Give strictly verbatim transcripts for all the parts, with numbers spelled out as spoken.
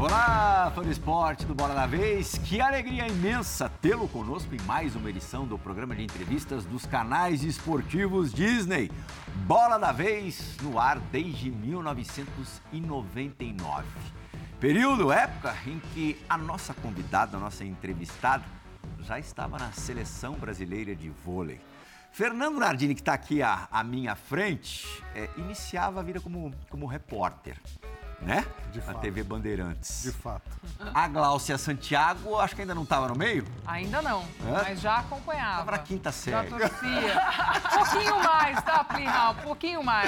Olá, fã do esporte do Bola da Vez. Que alegria imensa tê-lo conosco em mais uma edição do programa de entrevistas dos canais esportivos Disney. Bola da Vez no ar desde mil novecentos e noventa e nove. Período, época em que a nossa convidada, a nossa entrevistada, já estava na seleção brasileira de vôlei. Fernando Nardini, que está aqui à, à minha frente, é, iniciava a vida como, como repórter, né? De Na fato. T V Bandeirantes. De fato. A Gláucia Santiago, acho que ainda não estava no meio? Ainda não, Hã? mas já acompanhava. Estava na quinta Já série. torcia. Um pouquinho mais, tá, Plihal? Um pouquinho mais.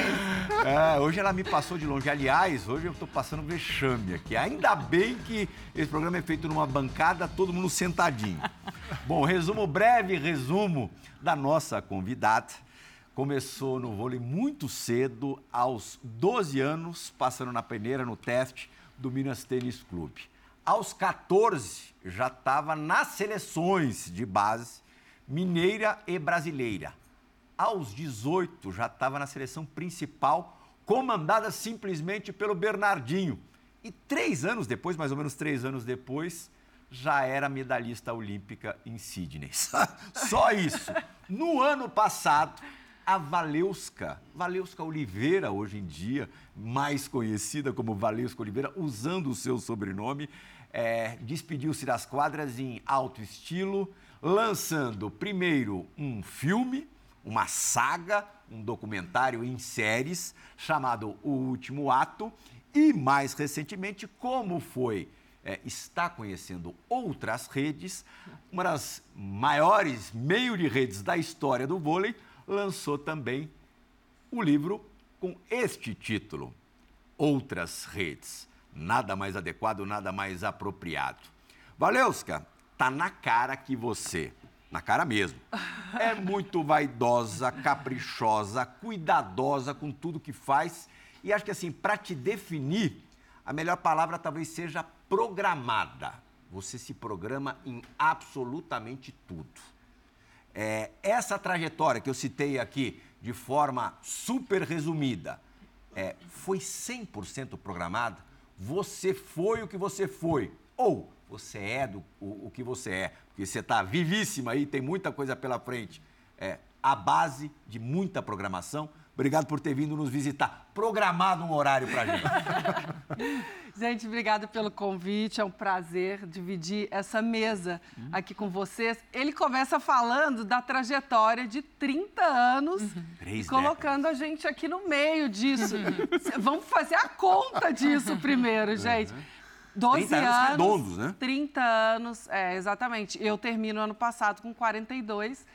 É, hoje ela me passou de longe. Aliás, hoje eu estou passando vexame aqui. Ainda bem que esse programa é feito numa bancada, todo mundo sentadinho. Bom, resumo breve, resumo da nossa convidada. Começou no vôlei muito cedo, aos doze anos, passando na peneira, no teste do Minas Tênis Clube. Aos quatorze, já estava nas seleções de base mineira e brasileira. Aos dezoito, já estava na seleção principal, comandada simplesmente pelo Bernardinho. E três anos depois, mais ou menos três anos depois, já era medalhista olímpica em Sydney. Só isso. No ano passado, a Valeuska, Valeuska Oliveira, hoje em dia, mais conhecida como Valeuska Oliveira, usando o seu sobrenome, é, despediu-se das quadras em alto estilo, lançando primeiro um filme, uma saga, um documentário em séries, chamado O Último Ato, e mais recentemente, como foi, é, está conhecendo outras redes, uma das maiores meio de redes da história do vôlei, lançou também o livro com este título, Outras Redes. Nada mais adequado, nada mais apropriado. Valeuska, tá na cara que você, na cara mesmo, é muito vaidosa, caprichosa, cuidadosa com tudo que faz. E acho que assim, para te definir, a melhor palavra talvez seja programada. Você se programa em absolutamente tudo. É, essa trajetória que eu citei aqui de forma super resumida, é, foi cem por cento programada? Você foi o que você foi? Ou você é do, o, o que você é? Porque você está vivíssima aí, tem muita coisa pela frente. É, a base de muita programação. Obrigado por ter vindo nos visitar. Programado um horário para a gente. Gente, obrigada pelo convite. É um prazer dividir essa mesa aqui com vocês. Ele começa falando da trajetória de trinta anos e colocando a gente aqui no meio disso. Vamos fazer a conta disso primeiro, gente. doze trinta anos redondos, né? trinta anos, é, exatamente. Eu termino ano passado com quarenta e dois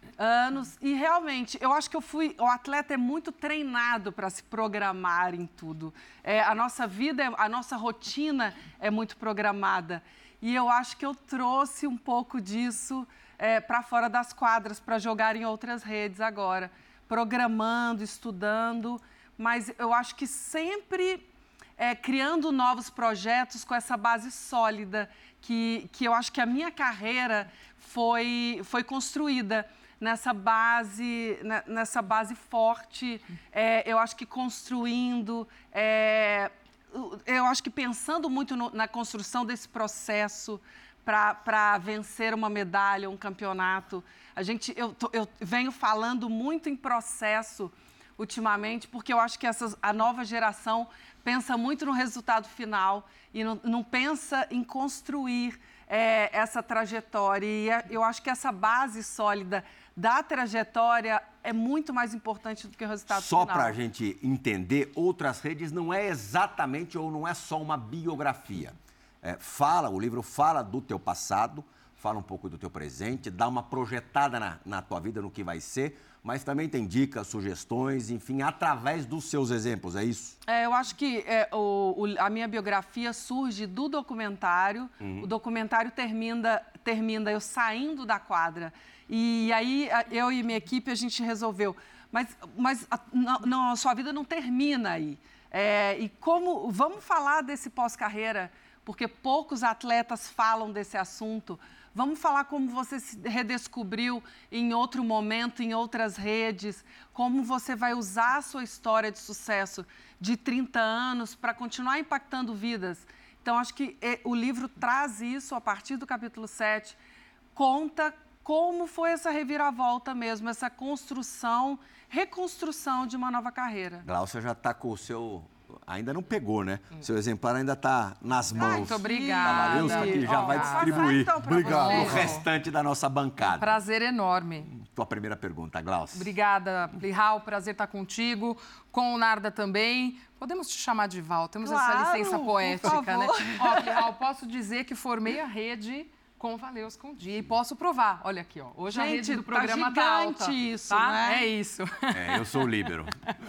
anos e realmente, eu acho que eu fui, o atleta é muito treinado para se programar em tudo. É, a nossa vida, a nossa rotina é muito programada e eu acho que eu trouxe um pouco disso é, para fora das quadras, para jogar em outras redes agora, programando, estudando, mas eu acho que sempre é, criando novos projetos com essa base sólida que, que eu acho que a minha carreira foi, foi construída nessa base, nessa base forte, é, eu acho que construindo, é, eu acho que pensando muito no, na construção desse processo para vencer uma medalha, um campeonato. A gente, eu, eu venho falando muito em processo ultimamente, porque eu acho que essas, a nova geração pensa muito no resultado final e não, não pensa em construir é, essa trajetória. E eu acho que essa base sólida da trajetória é muito mais importante do que o resultado Só final. Só para a gente entender, Outras Redes não é exatamente ou não é só uma biografia. É, fala, o livro fala do teu passado, fala um pouco do teu presente, dá uma projetada na, na tua vida, no que vai ser, mas também tem dicas, sugestões, enfim, através dos seus exemplos, é isso? É, eu acho que é, o, o, a minha biografia surge do documentário. Uhum. O documentário termina, termina eu saindo da quadra. E aí, eu e minha equipe, a gente resolveu, mas, mas a, não, não, a sua vida não termina aí. É, e como, vamos falar desse pós-carreira, porque poucos atletas falam desse assunto. Vamos falar como você se redescobriu em outro momento, em outras redes, como você vai usar a sua história de sucesso de trinta anos para continuar impactando vidas. Então, acho que o livro traz isso a partir do capítulo sete, conta como foi essa reviravolta mesmo, essa construção, reconstrução de uma nova carreira. Glaucia já está com o seu... Ainda não pegou, né? Hum. Seu exemplar ainda está nas mãos. Muito obrigada. Da Valeuska, que já oh, vai distribuir então para o restante da nossa bancada. Prazer enorme. Tua primeira pergunta, Glaucia. Obrigada, Plihal. Prazer estar contigo. Com o Narda também. Podemos te chamar de Val. Temos claro, essa licença poética, né? Ó, Plihal, posso dizer que formei a rede com Valeuska um dia. E posso provar. Olha aqui, ó. Hoje Gente, a rede do programa tá tá alta. isso, tá? né? É isso. É, eu sou o líbero.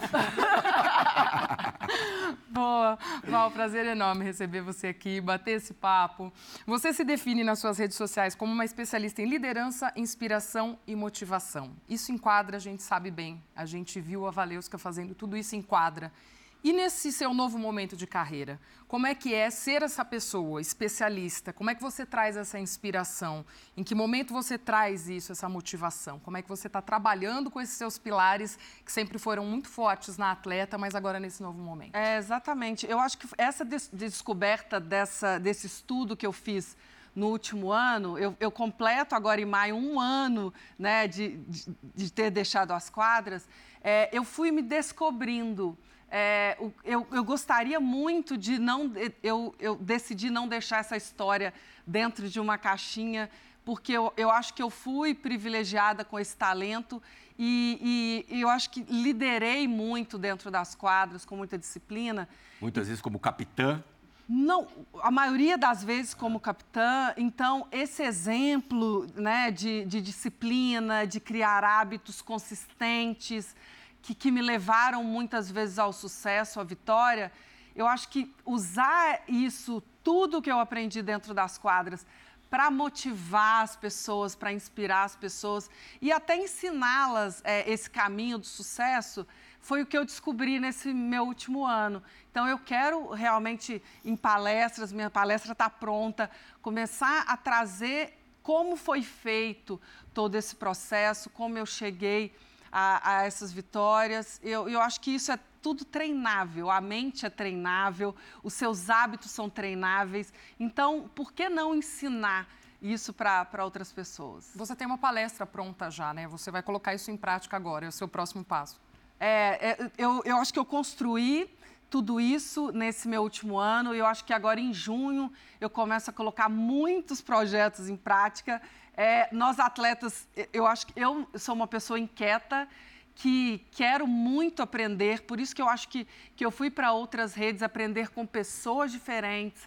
Boa. Val, prazer enorme receber você aqui, bater esse papo. Você se define nas suas redes sociais como uma especialista em liderança, inspiração e motivação. Isso enquadra, a gente sabe bem. A gente viu a Valeuska fazendo tudo isso, enquadra. E nesse seu novo momento de carreira, como é que é ser essa pessoa especialista? Como é que você traz essa inspiração? Em que momento você traz isso, essa motivação? Como é que você está trabalhando com esses seus pilares que sempre foram muito fortes na atleta, mas agora nesse novo momento? É, exatamente. Eu acho que essa des descoberta dessa, desse estudo que eu fiz no último ano, eu, eu completo agora em maio um ano, né, de, de, de ter deixado as quadras, é, eu fui me descobrindo. É, eu, eu gostaria muito de não... Eu, eu decidi não deixar essa história dentro de uma caixinha, porque eu, eu acho que eu fui privilegiada com esse talento e, e, e eu acho que liderei muito dentro das quadras, com muita disciplina. Muitas vezes como capitã. Não, a maioria das vezes como capitã. Então, esse exemplo, né, de, de disciplina, de criar hábitos consistentes... Que, que me levaram muitas vezes ao sucesso, à vitória, eu acho que usar isso, tudo que eu aprendi dentro das quadras, para motivar as pessoas, para inspirar as pessoas e até ensiná-las é, esse caminho do sucesso, foi o que eu descobri nesse meu último ano. Então, eu quero realmente, em palestras, minha palestra está pronta, começar a trazer como foi feito todo esse processo, como eu cheguei A, a essas vitórias. Eu, eu acho que isso é tudo treinável, a mente é treinável, os seus hábitos são treináveis. Então, por que não ensinar isso para outras pessoas? Você tem uma palestra pronta já, né? Você vai colocar isso em prática agora, é o seu próximo passo. É, é, eu, eu acho que eu construí tudo isso nesse meu último ano e eu acho que agora em junho eu começo a colocar muitos projetos em prática. É, nós atletas, eu acho que eu sou uma pessoa inquieta, que quero muito aprender, por isso que eu acho que, que eu fui para outras redes aprender com pessoas diferentes,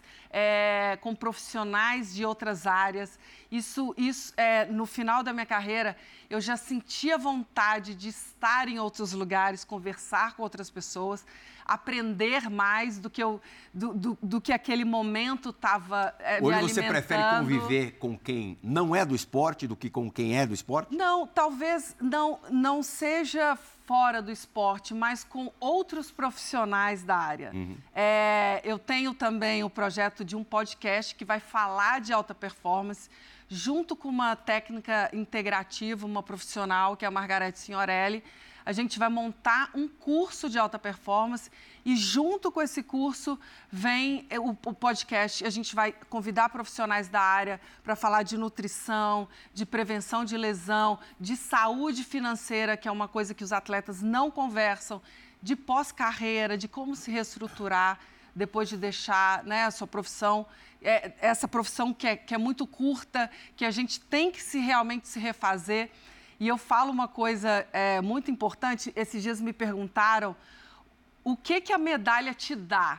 é, com profissionais de outras áreas. Isso, isso é, no final da minha carreira, eu já sentia vontade de estar em outros lugares, conversar com outras pessoas, aprender mais do que, eu, do, do, do que aquele momento estava é, me alimentando. Hoje você prefere conviver com quem não é do esporte do que com quem é do esporte? Não, talvez não, não seja fora do esporte, mas com outros profissionais da área. Uhum. É, eu tenho também o projeto de um podcast que vai falar de alta performance, junto com uma técnica integrativa, uma profissional, que é a Margarete Signorelli. A gente vai montar um curso de alta performance e, junto com esse curso, vem o, o podcast. A gente vai convidar profissionais da área para falar de nutrição, de prevenção de lesão, de saúde financeira, que é uma coisa que os atletas não conversam, de pós-carreira, de como se reestruturar depois de deixar, né, a sua profissão, é, essa profissão que é, que é muito curta, que a gente tem que se realmente se refazer. E eu falo uma coisa é, muito importante, esses dias me perguntaram o que, que a medalha te dá?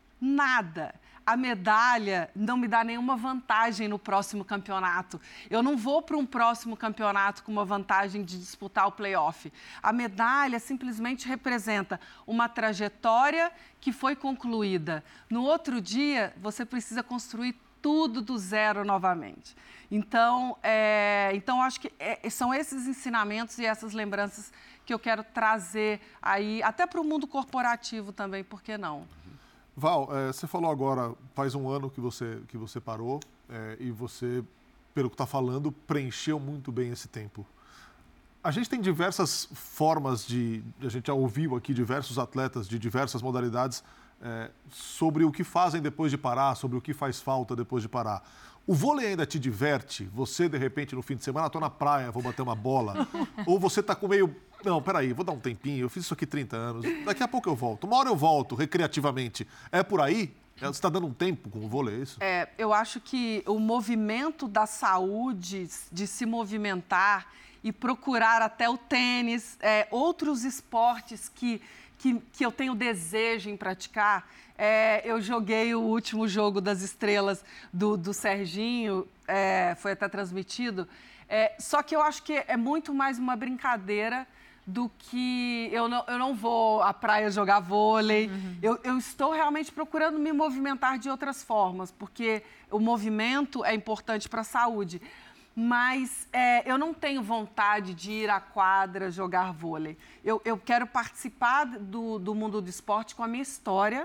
Nada. A medalha não me dá nenhuma vantagem no próximo campeonato. Eu não vou para um próximo campeonato com uma vantagem de disputar o play-off. A medalha simplesmente representa uma trajetória que foi concluída. No outro dia, você precisa construir tudo do zero novamente. Então, é, então acho que é, são esses ensinamentos e essas lembranças que eu quero trazer aí, até para o mundo corporativo também, por que não? Val, é, você falou agora, faz um ano que você, que você parou é, e você, pelo que está falando, preencheu muito bem esse tempo. A gente tem diversas formas de... A gente já ouviu aqui diversos atletas de diversas modalidades é, sobre o que fazem depois de parar, sobre o que faz falta depois de parar. O vôlei ainda te diverte? Você, de repente, no fim de semana, estou na praia, vou bater uma bola. Ou você está com meio... Não, peraí, vou dar um tempinho, eu fiz isso aqui trinta anos, daqui a pouco eu volto. Uma hora eu volto, recreativamente. É por aí? Você está dando um tempo com o vôlei, é isso? É, eu acho que o movimento da saúde, de se movimentar e procurar até o tênis, é, outros esportes que, que, que eu tenho desejo em praticar. É, eu joguei o último jogo das estrelas do, do Serginho, é, foi até transmitido. É, só que eu acho que é muito mais uma brincadeira do que eu não, eu não vou à praia jogar vôlei. Uhum. Eu, eu estou realmente procurando me movimentar de outras formas, porque o movimento é importante para a saúde. Mas é, eu não tenho vontade de ir à quadra jogar vôlei. Eu, eu quero participar do, do mundo do esporte com a minha história,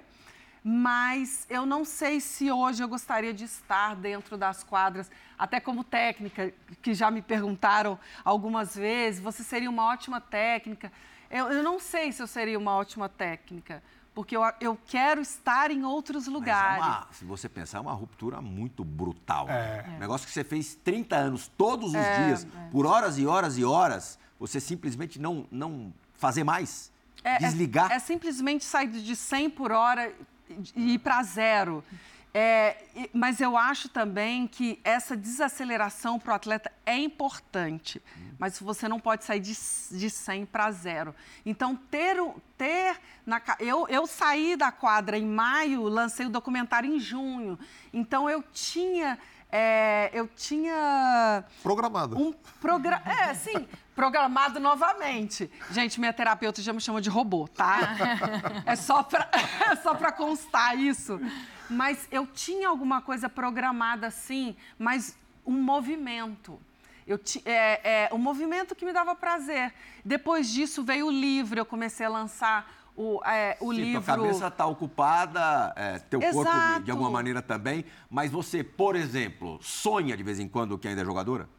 mas eu não sei se hoje eu gostaria de estar dentro das quadras, até como técnica, que já me perguntaram algumas vezes, você seria uma ótima técnica. Eu, eu não sei se eu seria uma ótima técnica, porque eu, eu quero estar em outros lugares. Mas é uma, se você pensar, é uma ruptura muito brutal. É. Um negócio que você fez trinta anos, todos os É, dias, é. por horas e horas e horas, você simplesmente não, não fazer mais, É, desligar. É, é simplesmente sair de cem por hora e ir para zero. É, mas eu acho também que essa desaceleração para o atleta é importante, mas você não pode sair de, de cem para zero. Então, ter, ter na, eu, eu saí da quadra em maio, lancei o documentário em junho. Então, eu tinha... É, eu tinha... Programado. Um progra... É, sim, programado novamente. Gente, minha terapeuta já me chama de robô, tá? É só para é só para constar isso. Mas eu tinha alguma coisa programada, sim, mas um movimento. Eu ti... é, é, um movimento que me dava prazer. Depois disso veio o livro, eu comecei a lançar o, é, o Sim, livro... Tua cabeça está ocupada, é, teu Exato. corpo de, de alguma maneira também, mas você, por exemplo, sonha de vez em quando que ainda é jogadora?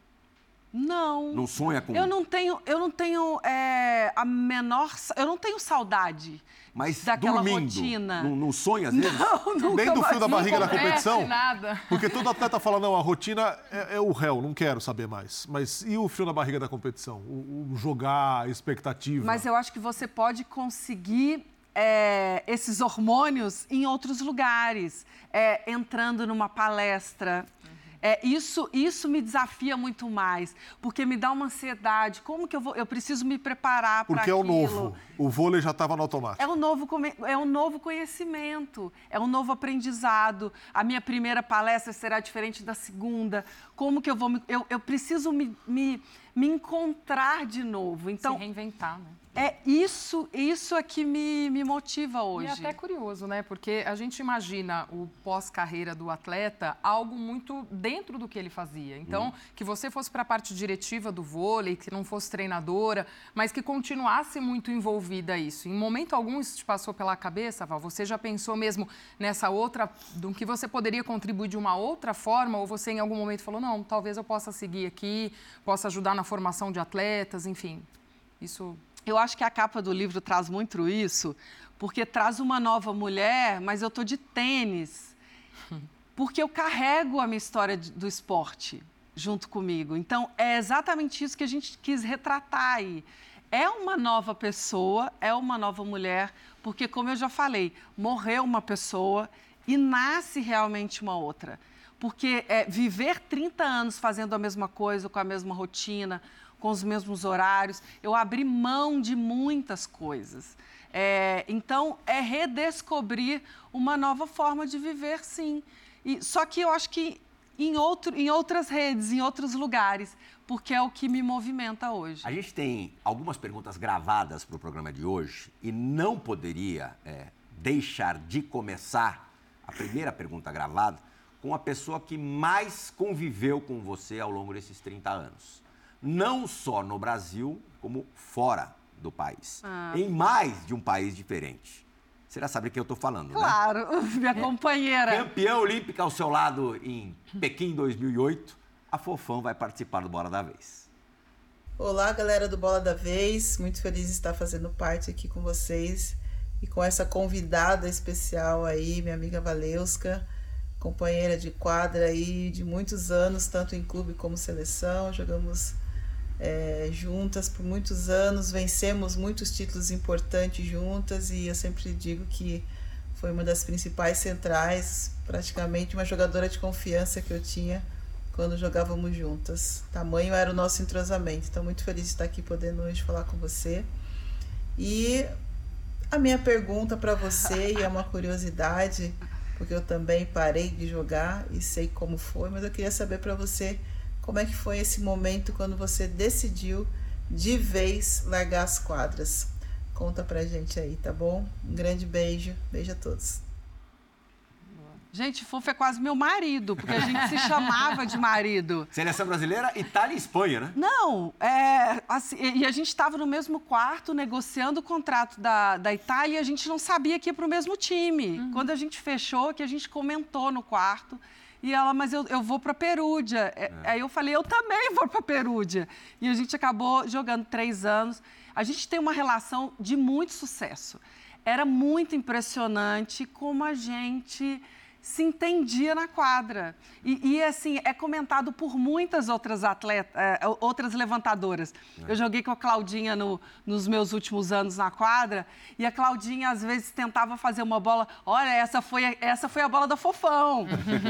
Não. Não sonha com... Eu não tenho, eu não tenho é, a menor... Eu não tenho saudade Mas daquela dormindo, rotina. Não, não sonha às vezes? Não, nunca Nem do frio da mais. barriga da Não competição? nada. Porque todo atleta fala, não, a rotina é, é o réu, não quero saber mais. Mas e o frio na barriga da competição? O, o jogar, a expectativa? Mas eu acho que você pode conseguir é, esses hormônios em outros lugares, é, entrando numa palestra. É, isso, isso me desafia muito mais, porque me dá uma ansiedade. Como que eu vou? Eu preciso me preparar para Porque é aquilo. o novo. O vôlei já estava no automático. É um, novo, come- é um novo conhecimento, é um novo aprendizado. A minha primeira palestra será diferente da segunda. Como que eu vou... Me, eu, eu preciso me, me, me encontrar de novo. Então, Se reinventar, né? é isso, isso é que me, me motiva E hoje. é até curioso, né? Porque a gente imagina o pós-carreira do atleta algo muito dentro do que ele fazia. Então, Uhum. que você fosse para a parte diretiva do vôlei, que não fosse treinadora, mas que continuasse muito envolvida isso. Em momento algum isso te passou pela cabeça, Val? Você já pensou mesmo nessa outra, do que você poderia contribuir de uma outra forma? Ou você em algum momento falou, não, talvez eu possa seguir aqui, possa ajudar na formação de atletas, enfim. Isso... Eu acho que a capa do livro traz muito isso, porque traz uma nova mulher, mas eu estou de tênis, porque eu carrego a minha história de, do esporte junto comigo. Então, é exatamente isso que a gente quis retratar aí. É uma nova pessoa, é uma nova mulher, porque, como eu já falei, morreu uma pessoa e nasce realmente uma outra. Porque é, viver trinta anos fazendo a mesma coisa, com a mesma rotina, com os mesmos horários, eu abri mão de muitas coisas. É, então, é redescobrir uma nova forma de viver, sim. E, só que eu acho que em, outro, em outras redes, em outros lugares, porque é o que me movimenta hoje. A gente tem algumas perguntas gravadas para o programa de hoje e não poderia é, deixar de começar a primeira pergunta gravada com a pessoa que mais conviveu com você ao longo desses trinta anos. Não só no Brasil, como fora do país. Ah. Em mais de um país diferente. Você já sabe o que eu estou falando, né? Claro, minha companheira. Campeã olímpica ao seu lado em Pequim dois mil e oito, a Fofão vai participar do Bola da Vez. Olá, galera do Bola da Vez. Muito feliz de estar fazendo parte aqui com vocês. e com essa convidada especial aí, minha amiga Valeuska, companheira de quadra aí de muitos anos, tanto em clube como seleção. Jogamos é, juntas por muitos anos, vencemos muitos títulos importantes juntas, e eu sempre digo que foi uma das principais centrais, praticamente uma jogadora de confiança que eu tinha quando jogávamos juntas. Tamanho era o nosso entrosamento. Então, muito feliz de estar aqui podendo hoje falar com você. E a minha pergunta para você, e é uma curiosidade, porque eu também parei de jogar e sei como foi, mas eu queria saber para você como é que foi esse momento quando você decidiu de vez largar as quadras. Conta pra gente aí, tá bom? Um grande beijo. Beijo a todos. Gente, Fofo é quase meu marido, porque a gente se chamava de marido. Seleção brasileira, Itália e Espanha, né? Não, é, assim, e a gente estava no mesmo quarto negociando o contrato da, da Itália, e a gente não sabia que ia para o mesmo time. Uhum. Quando a gente fechou, que a gente comentou no quarto, e ela, mas eu, eu vou para Perúdia. É. Aí eu falei, eu também vou para Perúdia. E a gente acabou jogando três anos. A gente tem uma relação de muito sucesso. Era muito impressionante como a gente se entendia na quadra. E, e assim, é comentado por muitas outras atletas, é, outras levantadoras. É. Eu joguei com a Claudinha no, nos meus últimos anos na quadra, e a Claudinha, às vezes, tentava fazer uma bola. Olha, essa foi, essa foi a bola da Fofão.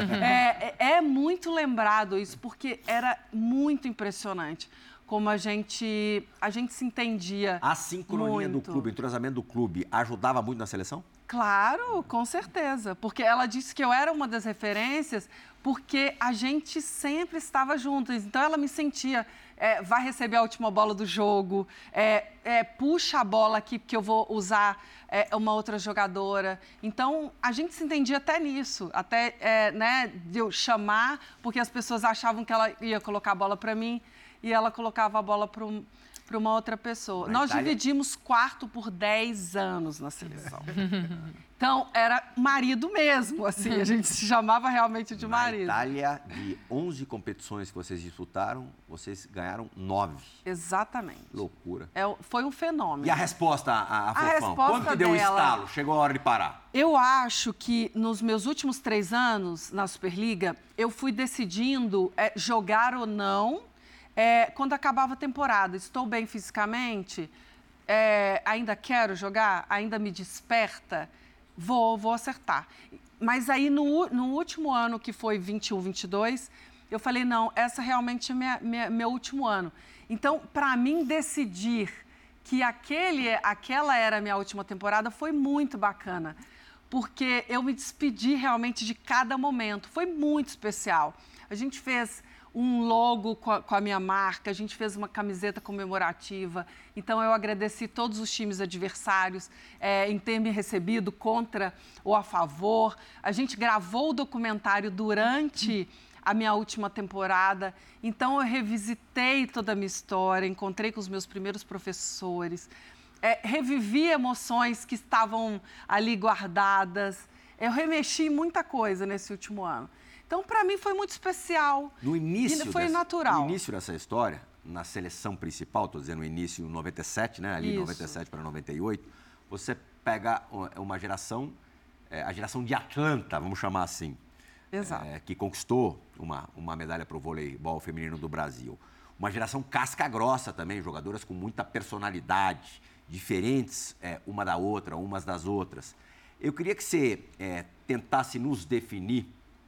é, é, é muito lembrado isso, porque era muito impressionante como a gente, a gente se entendia. A sincronia muito. do clube, o entrosamento do clube, ajudava muito na seleção? Claro, com certeza. Porque ela disse que eu era uma das referências, porque a gente sempre estava juntas. Então, ela me sentia, é, vai receber a última bola do jogo, é, é, puxa a bola aqui, porque eu vou usar é, uma outra jogadora. Então, a gente se entendia até nisso, até é, né, de eu chamar, porque as pessoas achavam que ela ia colocar a bola para mim, e ela colocava a bola para um, para uma outra pessoa. Na Nós Itália... dividimos quarto por dez anos na seleção. Então, era marido mesmo, assim, a gente se chamava realmente de marido. Na Itália, de onze competições que vocês disputaram, vocês ganharam nove. Exatamente. Loucura. É, foi um fenômeno. E a resposta, a, a, a Fofão? resposta Quando que deu o dela... estalo? Chegou a hora de parar? Eu acho que nos meus últimos três anos na Superliga, eu fui decidindo é, jogar ou não. É, quando acabava a temporada, estou bem fisicamente, é, ainda quero jogar, ainda me desperta, vou, vou acertar. Mas aí, no, no último ano, que foi vinte e um, vinte e dois, eu falei, não, essa realmente é minha, minha, meu último ano. Então, para mim, decidir que aquele, aquela era a minha última temporada foi muito bacana, porque eu me despedi realmente de cada momento. Foi muito especial. A gente fez um logo com a, com a minha marca, a gente fez uma camiseta comemorativa. Então, eu agradeci todos os times adversários é, em ter me recebido contra ou a favor. A gente gravou o documentário durante a minha última temporada. Então, eu revisitei toda a minha história, encontrei com os meus primeiros professores, é, revivi emoções que estavam ali guardadas. Eu remexi em muita coisa nesse último ano. Então, para mim, foi muito especial. No início e foi dessa, natural. No início dessa história, na seleção principal, estou dizendo no início, em noventa e sete, né? Ali, Isso. noventa e sete para noventa e oito, você pega uma geração, é, a geração de Atlanta, vamos chamar assim. Exato. É, que conquistou uma, uma medalha para o voleibol feminino do Brasil. Uma geração casca grossa também, jogadoras com muita personalidade, diferentes é, uma da outra, umas das outras. Eu queria que você é, tentasse nos definir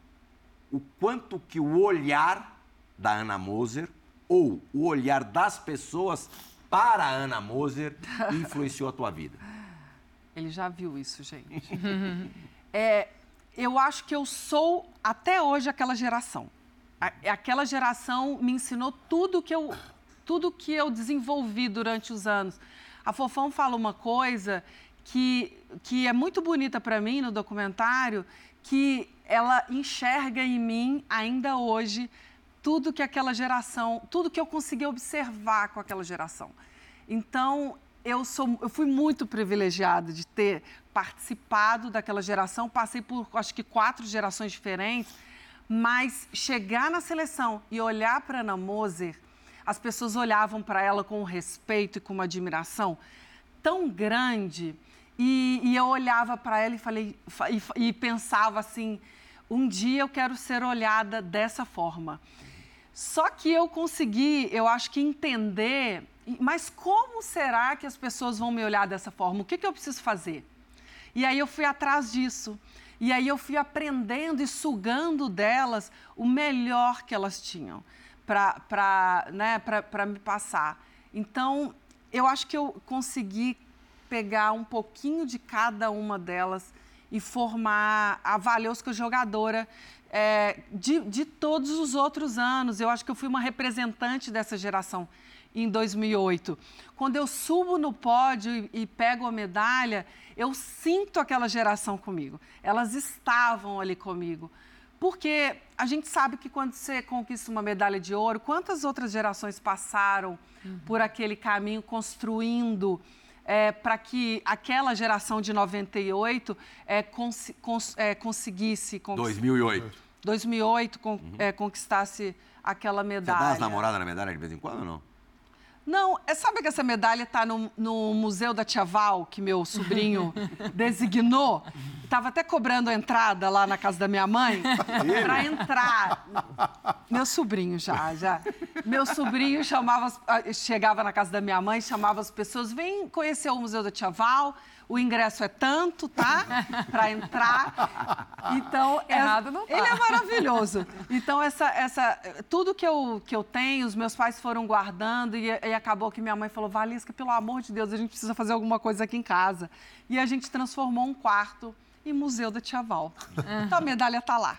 o quanto que o olhar da Ana Moser ou o olhar das pessoas para a Ana Moser influenciou a tua vida. Ele já viu isso, gente. é, eu acho que eu sou, até hoje, aquela geração. A, aquela geração me ensinou tudo que eu, tudo que eu desenvolvi durante os anos. A Fofão fala uma coisa que, que é muito bonita para mim no documentário, que ela enxerga em mim, ainda hoje, tudo que aquela geração, tudo que eu consegui observar com aquela geração. Então, eu, sou, eu fui muito privilegiada de ter participado daquela geração, passei por, acho que, quatro gerações diferentes, mas chegar na seleção e olhar para a Ana Moser, as pessoas olhavam para ela com um respeito e com uma admiração tão grande. E, e eu olhava para ela e, falei, e, e pensava assim, um dia eu quero ser olhada dessa forma. Só que eu consegui, eu acho que entender, mas como será que as pessoas vão me olhar dessa forma? O que, que eu preciso fazer? E aí eu fui atrás disso. E aí eu fui aprendendo e sugando delas o melhor que elas tinham para né, para me passar. Então, eu acho que eu consegui pegar um pouquinho de cada uma delas e formar a Valeuska jogadora é, de, de todos os outros anos. Eu acho que eu fui uma representante dessa geração em dois mil e oito. Quando eu subo no pódio e, e pego a medalha, eu sinto aquela geração comigo. Elas estavam ali comigo. Porque a gente sabe que quando você conquista uma medalha de ouro, quantas outras gerações passaram uhum. por aquele caminho construindo é, para que aquela geração de noventa e oito é, cons, cons, é, conseguisse... Cons... dois mil e oito. dois mil e oito con, uhum. é, conquistasse aquela medalha. Você dá as namoradas na medalha de vez em quando ou não? Não, é, sabe que essa medalha está no, no Museu da Tia Val, que meu sobrinho designou? Estava até cobrando a entrada lá na casa da minha mãe para entrar. Meu sobrinho já, já. Meu sobrinho chamava, chegava na casa da minha mãe, chamava as pessoas, vem conhecer o Museu da Tia Val, o ingresso é tanto, tá? Para entrar. Então, errado não tá. Ele é maravilhoso. Então, essa, essa, tudo que eu, que eu tenho, os meus pais foram guardando e, e acabou que minha mãe falou, Valesca, pelo amor de Deus, a gente precisa fazer alguma coisa aqui em casa. E a gente transformou um quarto em Museu da Tia Val. Então, a medalha está lá.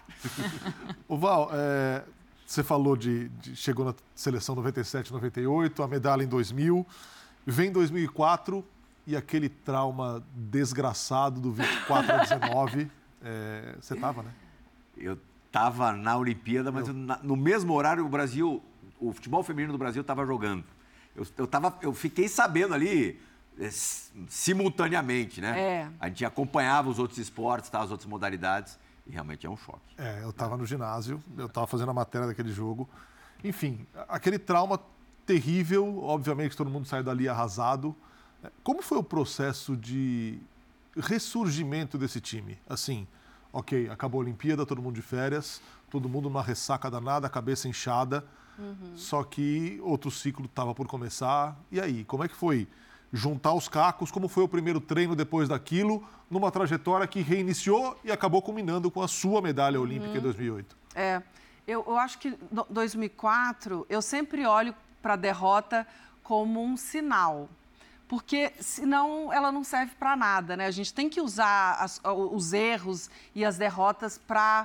Ô Val, é, você falou de, de... Chegou na seleção noventa e sete, noventa e oito, a medalha em dois mil, vem dois mil e quatro... E aquele trauma desgraçado do vinte e quatro a dezenove, é, você estava, né? Eu estava na Olimpíada, mas eu... Eu, no mesmo horário o Brasil, o futebol feminino do Brasil estava jogando. Eu, eu, tava, eu fiquei sabendo ali é, simultaneamente, né? É. A gente acompanhava os outros esportes, tá, as outras modalidades, e realmente é um choque. É, eu estava no ginásio, eu estava fazendo a matéria daquele jogo. Enfim, aquele trauma terrível, obviamente todo mundo saiu dali arrasado. Como foi o processo de ressurgimento desse time? Assim, ok, acabou a Olimpíada, todo mundo de férias, todo mundo numa ressaca danada, cabeça inchada, uhum. Só que outro ciclo estava por começar. E aí, como é que foi juntar os cacos? Como foi o primeiro treino depois daquilo, numa trajetória que reiniciou e acabou culminando com a sua medalha olímpica uhum. em dois mil e oito? É, eu, eu acho que em dois mil e quatro, eu sempre olho para a derrota como um sinal. Porque, senão, ela não serve para nada, né? A gente tem que usar as, os erros e as derrotas para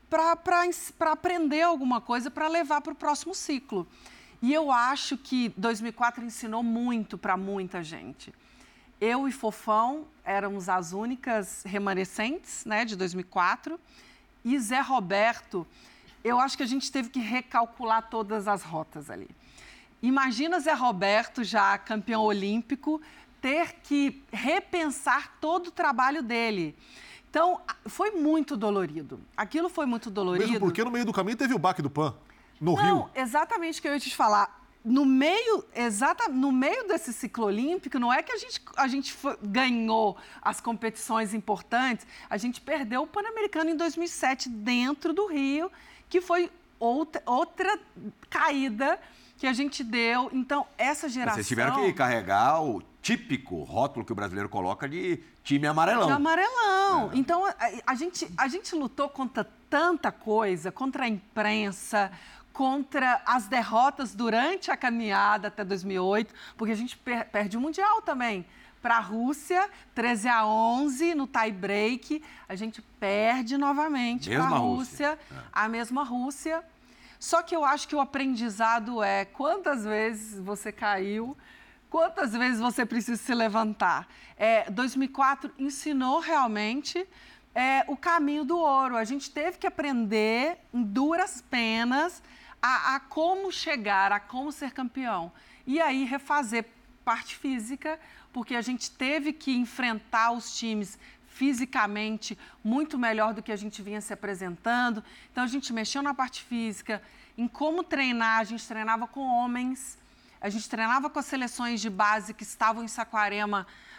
aprender alguma coisa, para levar para o próximo ciclo. E eu acho que dois mil e quatro ensinou muito para muita gente. Eu e Fofão éramos as únicas remanescentes, né, de dois mil e quatro. E Zé Roberto, eu acho que a gente teve que recalcular todas as rotas ali. Imagina Zé Roberto, já campeão olímpico, ter que repensar todo o trabalho dele. Então, foi muito dolorido. Aquilo foi muito dolorido. Mesmo porque no meio do caminho teve o baque do Pan, no Não, Rio. Não, exatamente o que eu ia te falar. No meio, exata, no meio desse ciclo olímpico, não é que a gente, a gente foi, ganhou as competições importantes, a gente perdeu o Pan-Americano em dois mil e sete dentro do Rio, que foi outra, outra caída que a gente deu. Então, essa geração... Vocês tiveram que carregar o típico rótulo que o brasileiro coloca de time amarelão. De amarelão. É. Então, a, a, gente, a gente lutou contra tanta coisa, contra a imprensa, contra as derrotas durante a caminhada até dois mil e oito, porque a gente per, perde o Mundial também. Para a Rússia, treze a onze no tie-break, a gente perde novamente para a Rússia, é. a mesma Rússia. Só que eu acho que o aprendizado é quantas vezes você caiu, quantas vezes você precisa se levantar. É, dois mil e quatro ensinou realmente é, o caminho do ouro. A gente teve que aprender em duras penas a, a como chegar, a como ser campeão. E aí refazer parte física, porque a gente teve que enfrentar os times fisicamente muito melhor do que a gente vinha se apresentando. Então, a gente mexeu na parte física, em como treinar. A gente treinava com homens, a gente treinava com as seleções de base que estavam em Saquarema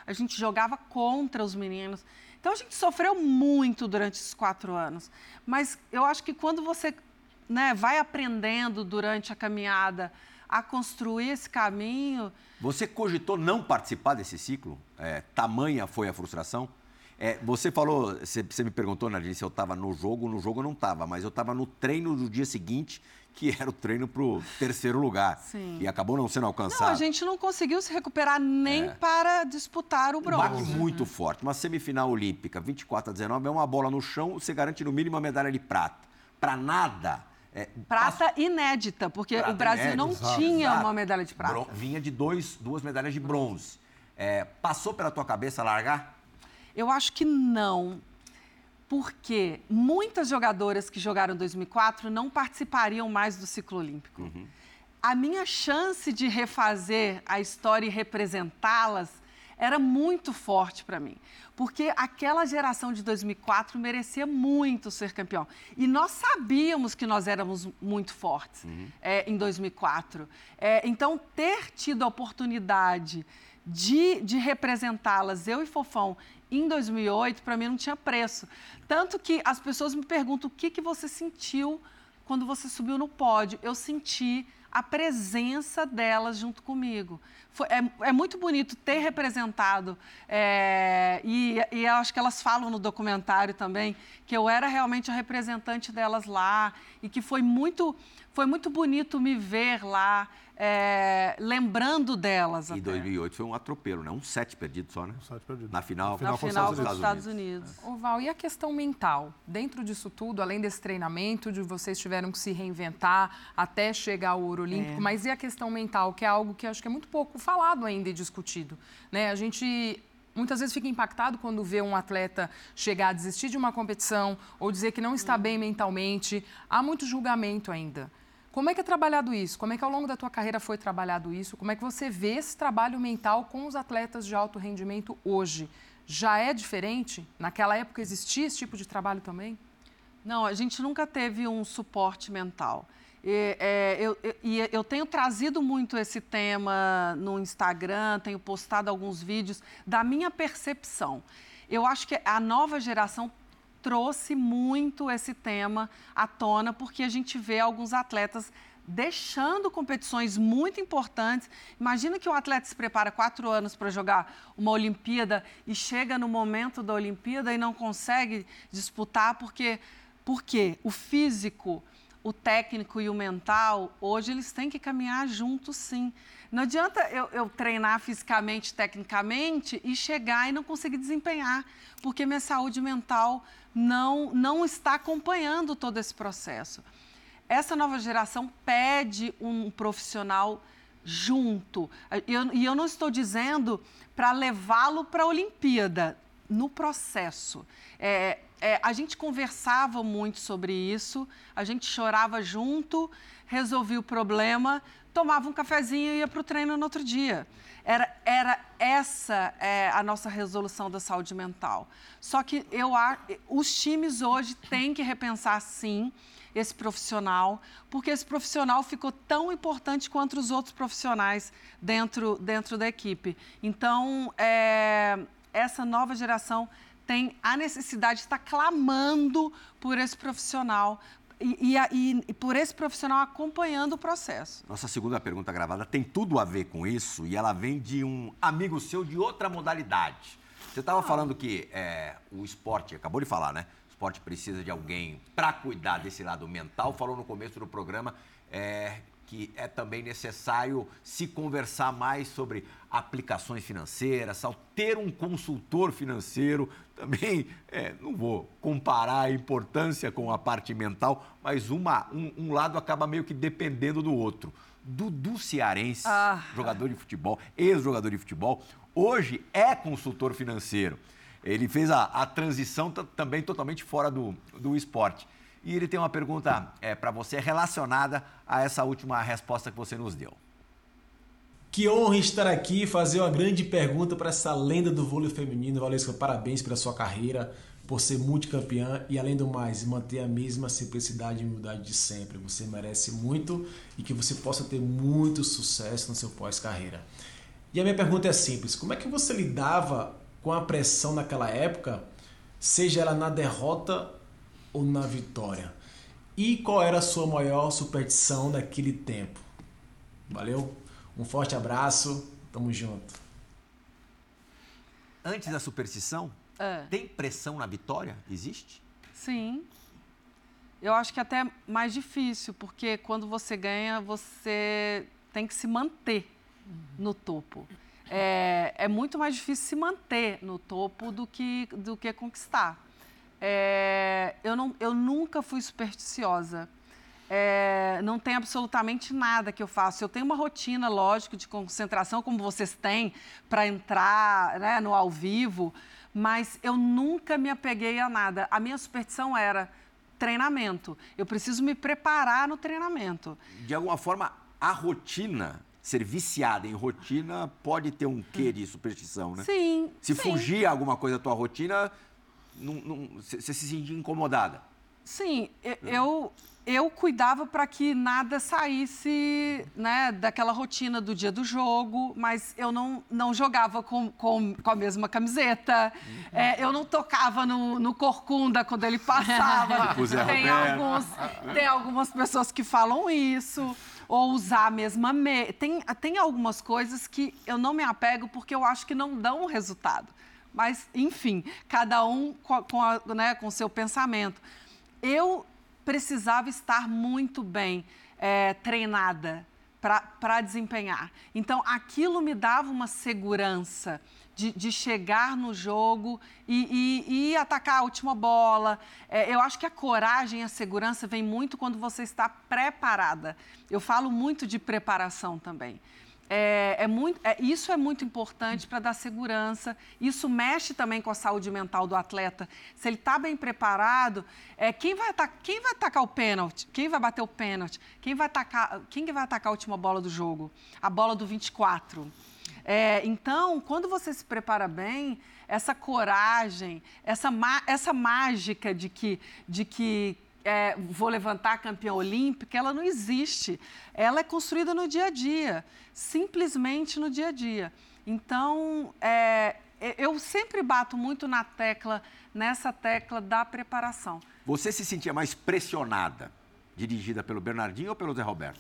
a gente jogava contra os meninos. Então, a gente sofreu muito durante esses quatro anos. Mas eu acho que quando você, né, vai aprendendo durante a caminhada a construir esse caminho... Você cogitou não participar desse ciclo? É, tamanha foi a frustração? É, você falou, você, você me perguntou, Nadine, se eu estava no jogo. No jogo eu não estava, mas eu estava no treino do dia seguinte, que era o treino para o terceiro lugar. Sim. E acabou não sendo alcançado. Não, a gente não conseguiu se recuperar nem é. para disputar o bronze. Um baque muito forte. Uma semifinal olímpica, vinte e quatro a dezenove, é uma bola no chão, você garante no mínimo a medalha de prata. Para nada... É, prata passa... inédita, porque prata o Brasil inédita, não exato, tinha exato. uma medalha de prata. Bron... Vinha de dois, duas medalhas de bronze. É, passou pela tua cabeça largar? Eu acho que não. Porque muitas jogadoras que jogaram em dois mil e quatro não participariam mais do ciclo olímpico. Uhum. A minha chance de refazer a história e representá-las era muito forte para mim. Porque aquela geração de dois mil e quatro merecia muito ser campeão. E nós sabíamos que nós éramos muito fortes uhum. é, em dois mil e quatro. É, então, ter tido a oportunidade de, de representá-las, eu e Fofão, em dois mil e oito, para mim não tinha preço. Tanto que as pessoas me perguntam o que, que você sentiu quando você subiu no pódio. Eu senti a presença delas junto comigo. Foi, é, é muito bonito ter representado, é, e, e eu acho que elas falam no documentário também, que eu era realmente a representante delas lá, e que foi muito, foi muito bonito me ver lá, é, lembrando delas. E dois mil e oito foi um atropelo, né? Um sete perdido só, né? Um sete perdido. Na final, Na final, final foi os Estados Unidos. Unidos. Ô, Val, e a questão mental? Dentro disso tudo, além desse treinamento, de vocês tiveram que se reinventar até chegar ao ouro olímpico, é. mas e a questão mental, que é algo que acho que é muito pouco falado ainda e discutido, né? A gente muitas vezes fica impactado quando vê um atleta chegar a desistir de uma competição ou dizer que não está bem mentalmente. Há muito julgamento ainda. Como é que é trabalhado isso? Como é que ao longo da tua carreira foi trabalhado isso? Como é que você vê esse trabalho mental com os atletas de alto rendimento hoje? Já é diferente? Naquela época existia esse tipo de trabalho também? Não, a gente nunca teve um suporte mental. E, é, eu, eu, eu tenho trazido muito esse tema no Instagram, tenho postado alguns vídeos da minha percepção. Eu acho que a nova geração trouxe muito esse tema à tona, porque a gente vê alguns atletas deixando competições muito importantes. Imagina que um atleta se prepara quatro anos para jogar uma Olimpíada e chega no momento da Olimpíada e não consegue disputar, porque, porque o físico, o técnico e o mental, hoje eles têm que caminhar juntos, sim. Não adianta eu, eu treinar fisicamente, tecnicamente e chegar e não conseguir desempenhar, porque minha saúde mental não, não está acompanhando todo esse processo. Essa nova geração pede um profissional junto. E eu, e eu não estou dizendo para levá-lo para a Olimpíada, no processo. É, é, a gente conversava muito sobre isso, a gente chorava junto, resolvia o problema, tomava um cafezinho e ia para o treino no outro dia. Era, era essa é, a nossa resolução da saúde mental. Só que eu, os times hoje têm que repensar, sim, esse profissional, porque esse profissional ficou tão importante quanto os outros profissionais dentro, dentro da equipe. Então, é, essa nova geração tem a necessidade de estar clamando por esse profissional e, e, e por esse profissional acompanhando o processo. Nossa segunda pergunta gravada tem tudo a ver com isso e ela vem de um amigo seu de outra modalidade. Você estava falando que é, o esporte, acabou de falar, né? O esporte precisa de alguém para cuidar desse lado mental. Falou no começo do programa é, que é também necessário se conversar mais sobre aplicações financeiras, ao ter um consultor financeiro. Também, é, não vou comparar a importância com a parte mental, mas uma, um, um lado acaba meio que dependendo do outro. Dudu Cearense, ah. jogador de futebol, ex-jogador de futebol, hoje é consultor financeiro. Ele fez a, a transição também totalmente fora do, do esporte. E ele tem uma pergunta é, para você relacionada a essa última resposta que você nos deu. Que honra estar aqui e fazer uma grande pergunta para essa lenda do vôlei feminino. Valesca, parabéns pela sua carreira, por ser multicampeã e, além do mais, manter a mesma simplicidade e humildade de sempre. Você merece muito e que você possa ter muito sucesso no seu pós-carreira. E a minha pergunta é simples. Como é que você lidava com a pressão naquela época, seja ela na derrota ou na vitória? E qual era a sua maior superstição naquele tempo? Valeu? Um forte abraço. Tamo junto. Antes da superstição, É. tem pressão na vitória? Existe? Sim. Eu acho que até é mais difícil, porque quando você ganha, você tem que se manter no topo. É, é muito mais difícil se manter no topo do que, do que conquistar. É, eu, não, eu nunca fui supersticiosa. É, não tem absolutamente nada que eu faço. Eu tenho uma rotina, lógico, de concentração, como vocês têm, para entrar, né, no ao vivo, mas eu nunca me apeguei a nada. A minha superstição era treinamento. Eu preciso me preparar no treinamento. De alguma forma, a rotina, ser viciada em rotina, pode ter um quê de superstição, né? Sim. Se sim. fugir alguma coisa da tua rotina, você se sentia incomodada. Sim, eu, eu, eu cuidava para que nada saísse, né, daquela rotina do dia do jogo, mas eu não, não jogava com, com, com a mesma camiseta, uhum. é, eu não tocava no, no corcunda quando ele passava. tem, alguns, tem algumas pessoas que falam isso, ou usar a mesma meia. Tem, tem algumas coisas que eu não me apego porque eu acho que não dão resultado. Mas, enfim, cada um com, com, a, né, com o seu pensamento. Eu precisava estar muito bem é, treinada para desempenhar. Então, aquilo me dava uma segurança de, de chegar no jogo e, e, e atacar a última bola. É, eu acho que a coragem e a segurança vem muito quando você está preparada. Eu falo muito de preparação também. É, é muito, é, isso é muito importante para dar segurança. Isso mexe também com a saúde mental do atleta. Se ele está bem preparado, é, quem, vai atacar, quem vai atacar o pênalti? Quem vai bater o pênalti? Quem vai atacar, quem vai atacar a última bola do jogo? A bola do vinte e quatro. É, então, quando você se prepara bem, essa coragem, essa, essa mágica de que... De que É, vou levantar a campeã olímpica, ela não existe. Ela é construída no dia a dia, simplesmente no dia a dia. Então, é, eu sempre bato muito na tecla, nessa tecla da preparação. Você se sentia mais pressionada, dirigida pelo Bernardinho ou pelo Zé Roberto?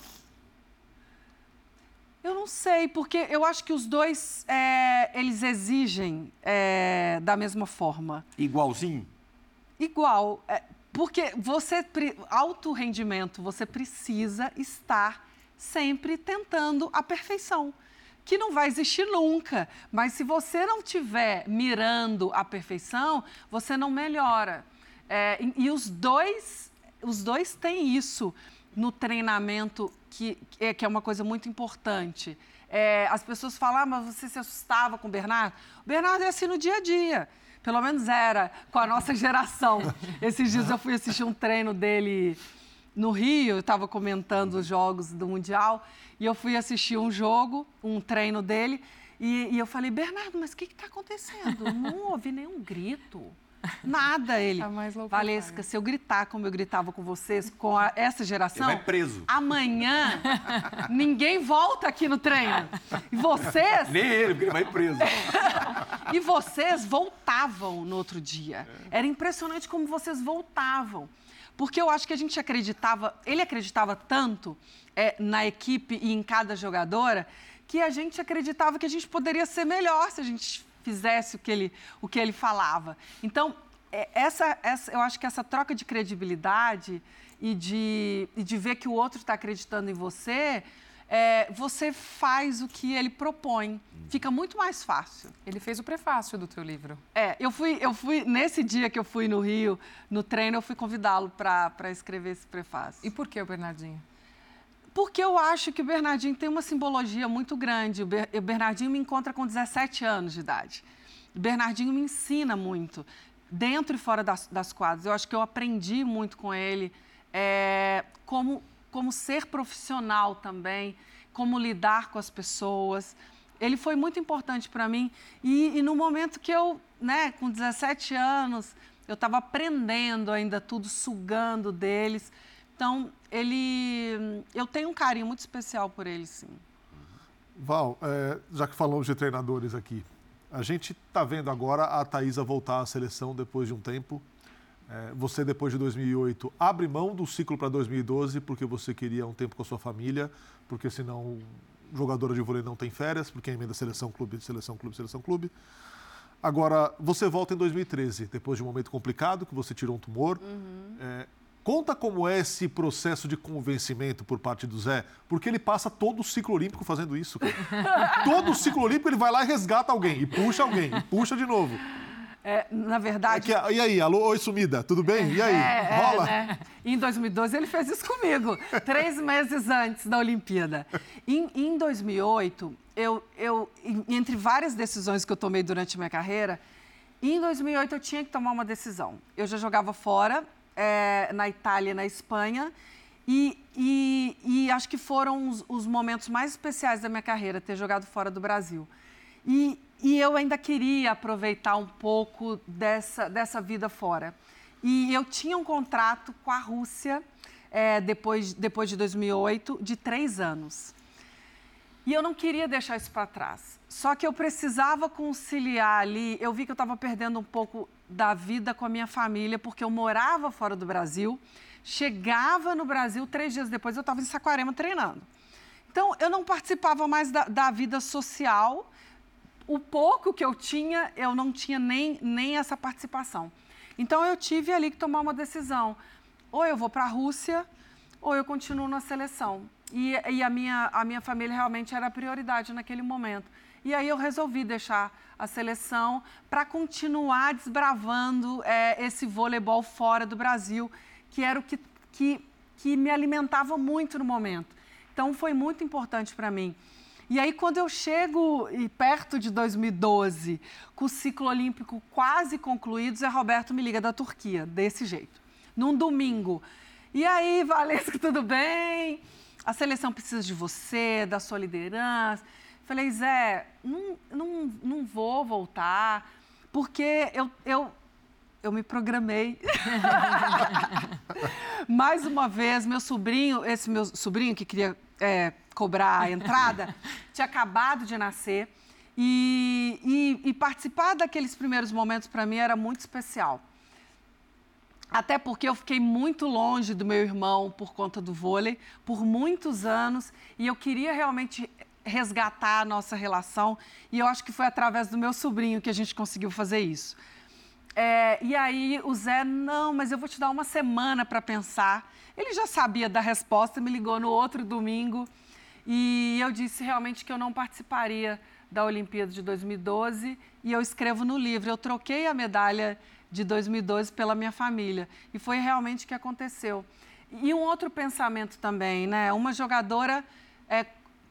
Eu não sei, porque eu acho que os dois, é, eles exigem é, da mesma forma. Igualzinho? Igual. É, Porque você, alto rendimento, você precisa estar sempre tentando a perfeição, que não vai existir nunca. Mas se você não estiver mirando a perfeição, você não melhora. É, e, e os dois, os dois têm isso no treinamento, que, que é uma coisa muito importante. É, as pessoas falam, ah, mas você se assustava com o Bernardo? O Bernardo é assim no dia a dia. Pelo menos era, com a nossa geração. Esses dias eu fui assistir um treino dele no Rio, eu estava comentando os jogos do Mundial, e eu fui assistir um jogo, um treino dele, e, e eu falei, Bernardo, mas o que está acontecendo? Não ouvi nenhum grito. Nada, ele. Tá mais louco, Valesca, se eu gritar como eu gritava com vocês, com a, essa geração... Ele vai preso. Amanhã, ninguém volta aqui no treino. E vocês... Nem ele, porque ele vai preso. E vocês voltavam no outro dia. Era impressionante como vocês voltavam. Porque eu acho que a gente acreditava... Ele acreditava tanto é, na equipe e em cada jogadora que a gente acreditava que a gente poderia ser melhor se a gente... fizesse o que ele, o que ele falava. Então, essa, essa, eu acho que essa troca de credibilidade e de, e de ver que o outro está acreditando em você, é, você faz o que ele propõe. Fica muito mais fácil. Ele fez o prefácio do teu livro. É, eu fui, eu fui, nesse dia que eu fui no Rio, no treino, eu fui convidá-lo para escrever esse prefácio. E por que o Bernardinho? Porque eu acho que o Bernardinho tem uma simbologia muito grande. O Bernardinho me encontra com dezessete anos de idade. O Bernardinho me ensina muito, dentro e fora das, das quadras. Eu acho que eu aprendi muito com ele, é, como, como ser profissional também, como lidar com as pessoas. Ele foi muito importante para mim. E, e no momento que eu, né, com dezessete anos, eu estava aprendendo ainda tudo, sugando deles. Então, ele, eu tenho um carinho muito especial por ele, sim. Val, é, já que falamos de treinadores aqui, a gente está vendo agora a Thaísa voltar à seleção depois de um tempo. É, você, depois de dois mil e oito, abre mão do ciclo para dois mil e doze porque você queria um tempo com a sua família, porque senão jogadora de vôlei não tem férias, porque emenda seleção, clube, seleção, clube, seleção, clube. Agora, você volta em dois mil e treze, depois de um momento complicado, que você tirou um tumor. Uhum. É, conta como é esse processo de convencimento por parte do Zé, porque ele passa todo o ciclo olímpico fazendo isso. Cara. Todo o ciclo olímpico ele vai lá e resgata alguém, e puxa alguém, e puxa de novo. É, na verdade... É que, e aí, alô, oi, sumida, tudo bem? E aí, é, rola? É, né? Em dois mil e doze ele fez isso comigo, três meses antes da Olimpíada. Em, em dois mil e oito, eu, eu, entre várias decisões que eu tomei durante a minha carreira, em dois mil e oito eu tinha que tomar uma decisão. Eu já jogava fora, é, na Itália e na Espanha, e, e, e acho que foram os, os momentos mais especiais da minha carreira, ter jogado fora do Brasil. E, e eu ainda queria aproveitar um pouco dessa, dessa vida fora. E eu tinha um contrato com a Rússia, é, depois, depois de dois mil e oito, de três anos. E eu não queria deixar isso para trás. Só que eu precisava conciliar ali, eu vi que eu estava perdendo um pouco da vida com a minha família, porque eu morava fora do Brasil, chegava no Brasil, três dias depois eu estava em Saquarema treinando. Então, eu não participava mais da, da vida social. O pouco que eu tinha, eu não tinha nem, nem essa participação. Então, eu tive ali que tomar uma decisão. Ou eu vou para a Rússia, ou eu continuo na seleção. E, e a, minha, a minha família realmente era a prioridade naquele momento. E aí eu resolvi deixar a seleção para continuar desbravando é, esse voleibol fora do Brasil, que era o que, que, que me alimentava muito no momento. Então, foi muito importante para mim. E aí, quando eu chego perto de dois mil e doze, com o ciclo olímpico quase concluído, Zé Roberto me liga da Turquia, desse jeito, num domingo. E aí, Valesca, tudo bem? A seleção precisa de você, da sua liderança. Falei, Zé, não, não, não vou voltar, porque eu, eu, eu me programei. Mais uma vez, meu sobrinho, esse meu sobrinho que queria... É, cobrar a entrada, tinha acabado de nascer e, e, e participar daqueles primeiros momentos para mim era muito especial. Até porque eu fiquei muito longe do meu irmão por conta do vôlei por muitos anos e eu queria realmente resgatar a nossa relação e eu acho que foi através do meu sobrinho que a gente conseguiu fazer isso. É, e aí o Zé, não, mas eu vou te dar uma semana para pensar. Ele já sabia da resposta, me ligou no outro domingo e eu disse realmente que eu não participaria da Olimpíada de dois mil e doze e eu escrevo no livro. Eu troquei a medalha de dois mil e doze pela minha família e foi realmente o que aconteceu. E um outro pensamento também, né? Uma jogadora é,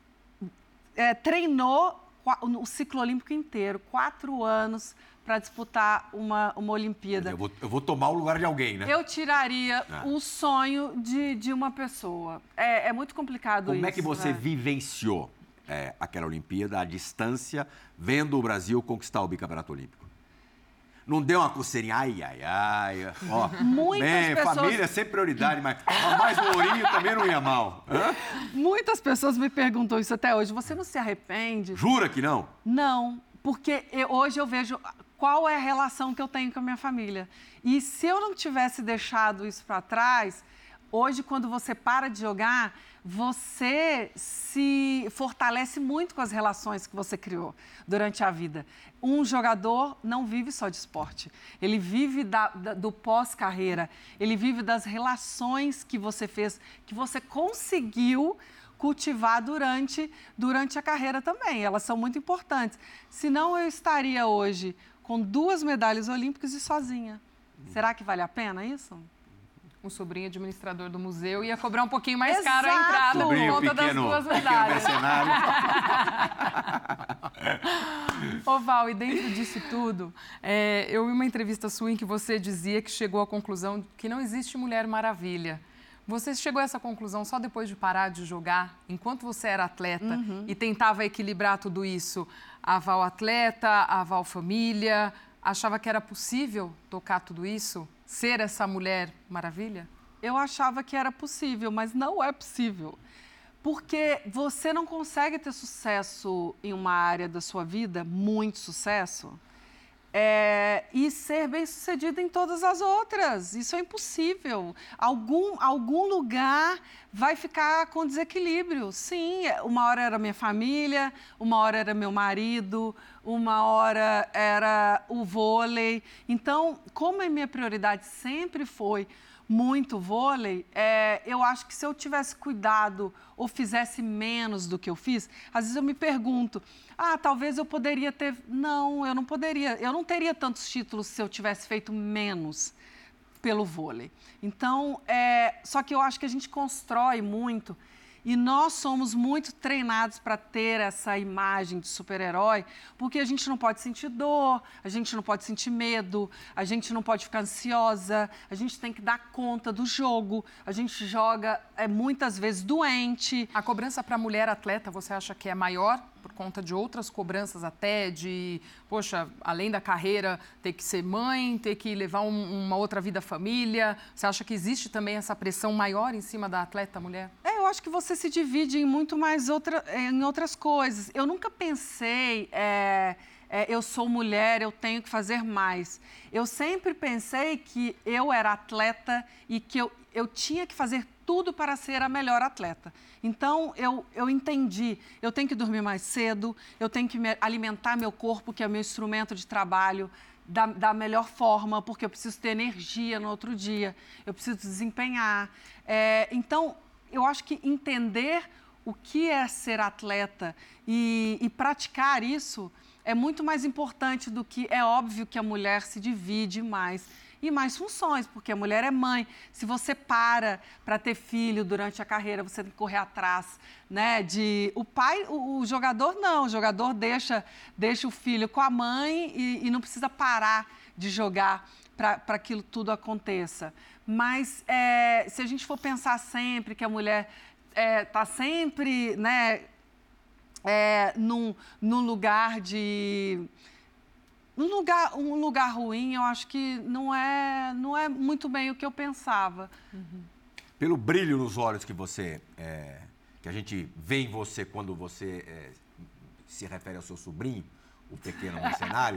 é, treinou o ciclo olímpico inteiro, quatro anos, para disputar uma, uma Olimpíada. Eu vou, eu vou tomar o lugar de alguém, né? Eu tiraria ah. o sonho de, de uma pessoa. É, é muito complicado Como isso. Como é que você né? vivenciou é, aquela Olimpíada, a distância, vendo o Brasil conquistar o bicampeonato olímpico? Não deu uma coceirinha, ai, ai, ai. Ó, Muitas bem, pessoas... família é sempre prioridade, mas mais um ourinho também não ia mal. Hã? Muitas pessoas me perguntam isso até hoje. Você não se arrepende? Jura que não? Não, porque eu, hoje eu vejo qual é a relação que eu tenho com a minha família. E se eu não tivesse deixado isso para trás, hoje, quando você para de jogar, você se fortalece muito com as relações que você criou durante a vida. Um jogador não vive só de esporte, ele vive da, da, do pós-carreira, ele vive das relações que você fez, que você conseguiu cultivar durante, durante a carreira também. Elas são muito importantes. Senão eu estaria hoje com duas medalhas olímpicas e sozinha. Será que vale a pena isso? O sobrinho administrador do museu ia cobrar um pouquinho mais Exato. caro a entrada Sobrinho por conta pequeno, das duas pequeno medalhas. mercenário. Ô Val, e dentro disso tudo, é, eu vi uma entrevista sua em que você dizia que chegou à conclusão que não existe Mulher Maravilha. Você chegou a essa conclusão só depois de parar de jogar, enquanto você era atleta uhum. e tentava equilibrar tudo isso? A Val atleta, a Val família, achava que era possível tocar tudo isso? Ser essa Mulher Maravilha? Eu achava que era possível, mas não é possível. Porque você não consegue ter sucesso em uma área da sua vida, muito sucesso, é, e ser bem-sucedido em todas as outras. Isso é impossível. Algum, algum lugar vai ficar com desequilíbrio. Sim, uma hora era minha família, uma hora era meu marido, uma hora era o vôlei. Então, como a minha prioridade sempre foi muito vôlei, é, eu acho que se eu tivesse cuidado ou fizesse menos do que eu fiz, às vezes eu me pergunto, ah, talvez eu poderia ter... Não, eu não poderia. Eu não teria tantos títulos se eu tivesse feito menos pelo vôlei. Então, é, só que eu acho que a gente constrói muito e nós somos muito treinados para ter essa imagem de super-herói, porque a gente não pode sentir dor, a gente não pode sentir medo, a gente não pode ficar ansiosa, a gente tem que dar conta do jogo, a gente joga é, muitas vezes doente. A cobrança para a mulher atleta, você acha que é maior por conta de outras cobranças até, de, poxa, além da carreira, ter que ser mãe, ter que levar um, uma outra vida família? Você acha que existe também essa pressão maior em cima da atleta mulher? É, eu acho que você se divide em muito mais outra, em outras coisas. Eu nunca pensei, é, é, eu sou mulher, eu tenho que fazer mais. Eu sempre pensei que eu era atleta e que eu, eu tinha que fazer tudo para ser a melhor atleta. Então, eu, eu entendi, eu tenho que dormir mais cedo, eu tenho que me alimentar meu corpo, que é meu instrumento de trabalho, da, da melhor forma, porque eu preciso ter energia no outro dia, eu preciso desempenhar. É, então, eu acho que entender o que é ser atleta e, e praticar isso é muito mais importante do que... É óbvio que a mulher se divide mais e mais funções, porque a mulher é mãe. Se você para para ter filho durante a carreira, você tem que correr atrás, né? De o pai, o, o jogador não, o jogador deixa, deixa o filho com a mãe e, e não precisa parar de jogar para aquilo tudo aconteça. Mas é, se a gente for pensar sempre que a mulher está é, sempre, né, é, num, num lugar de... Um lugar, um lugar ruim, eu acho que não é, não é muito bem o que eu pensava. Uhum. Pelo brilho nos olhos que você, é, que a gente vê em você quando você é, se refere ao seu sobrinho, o pequeno mercenário,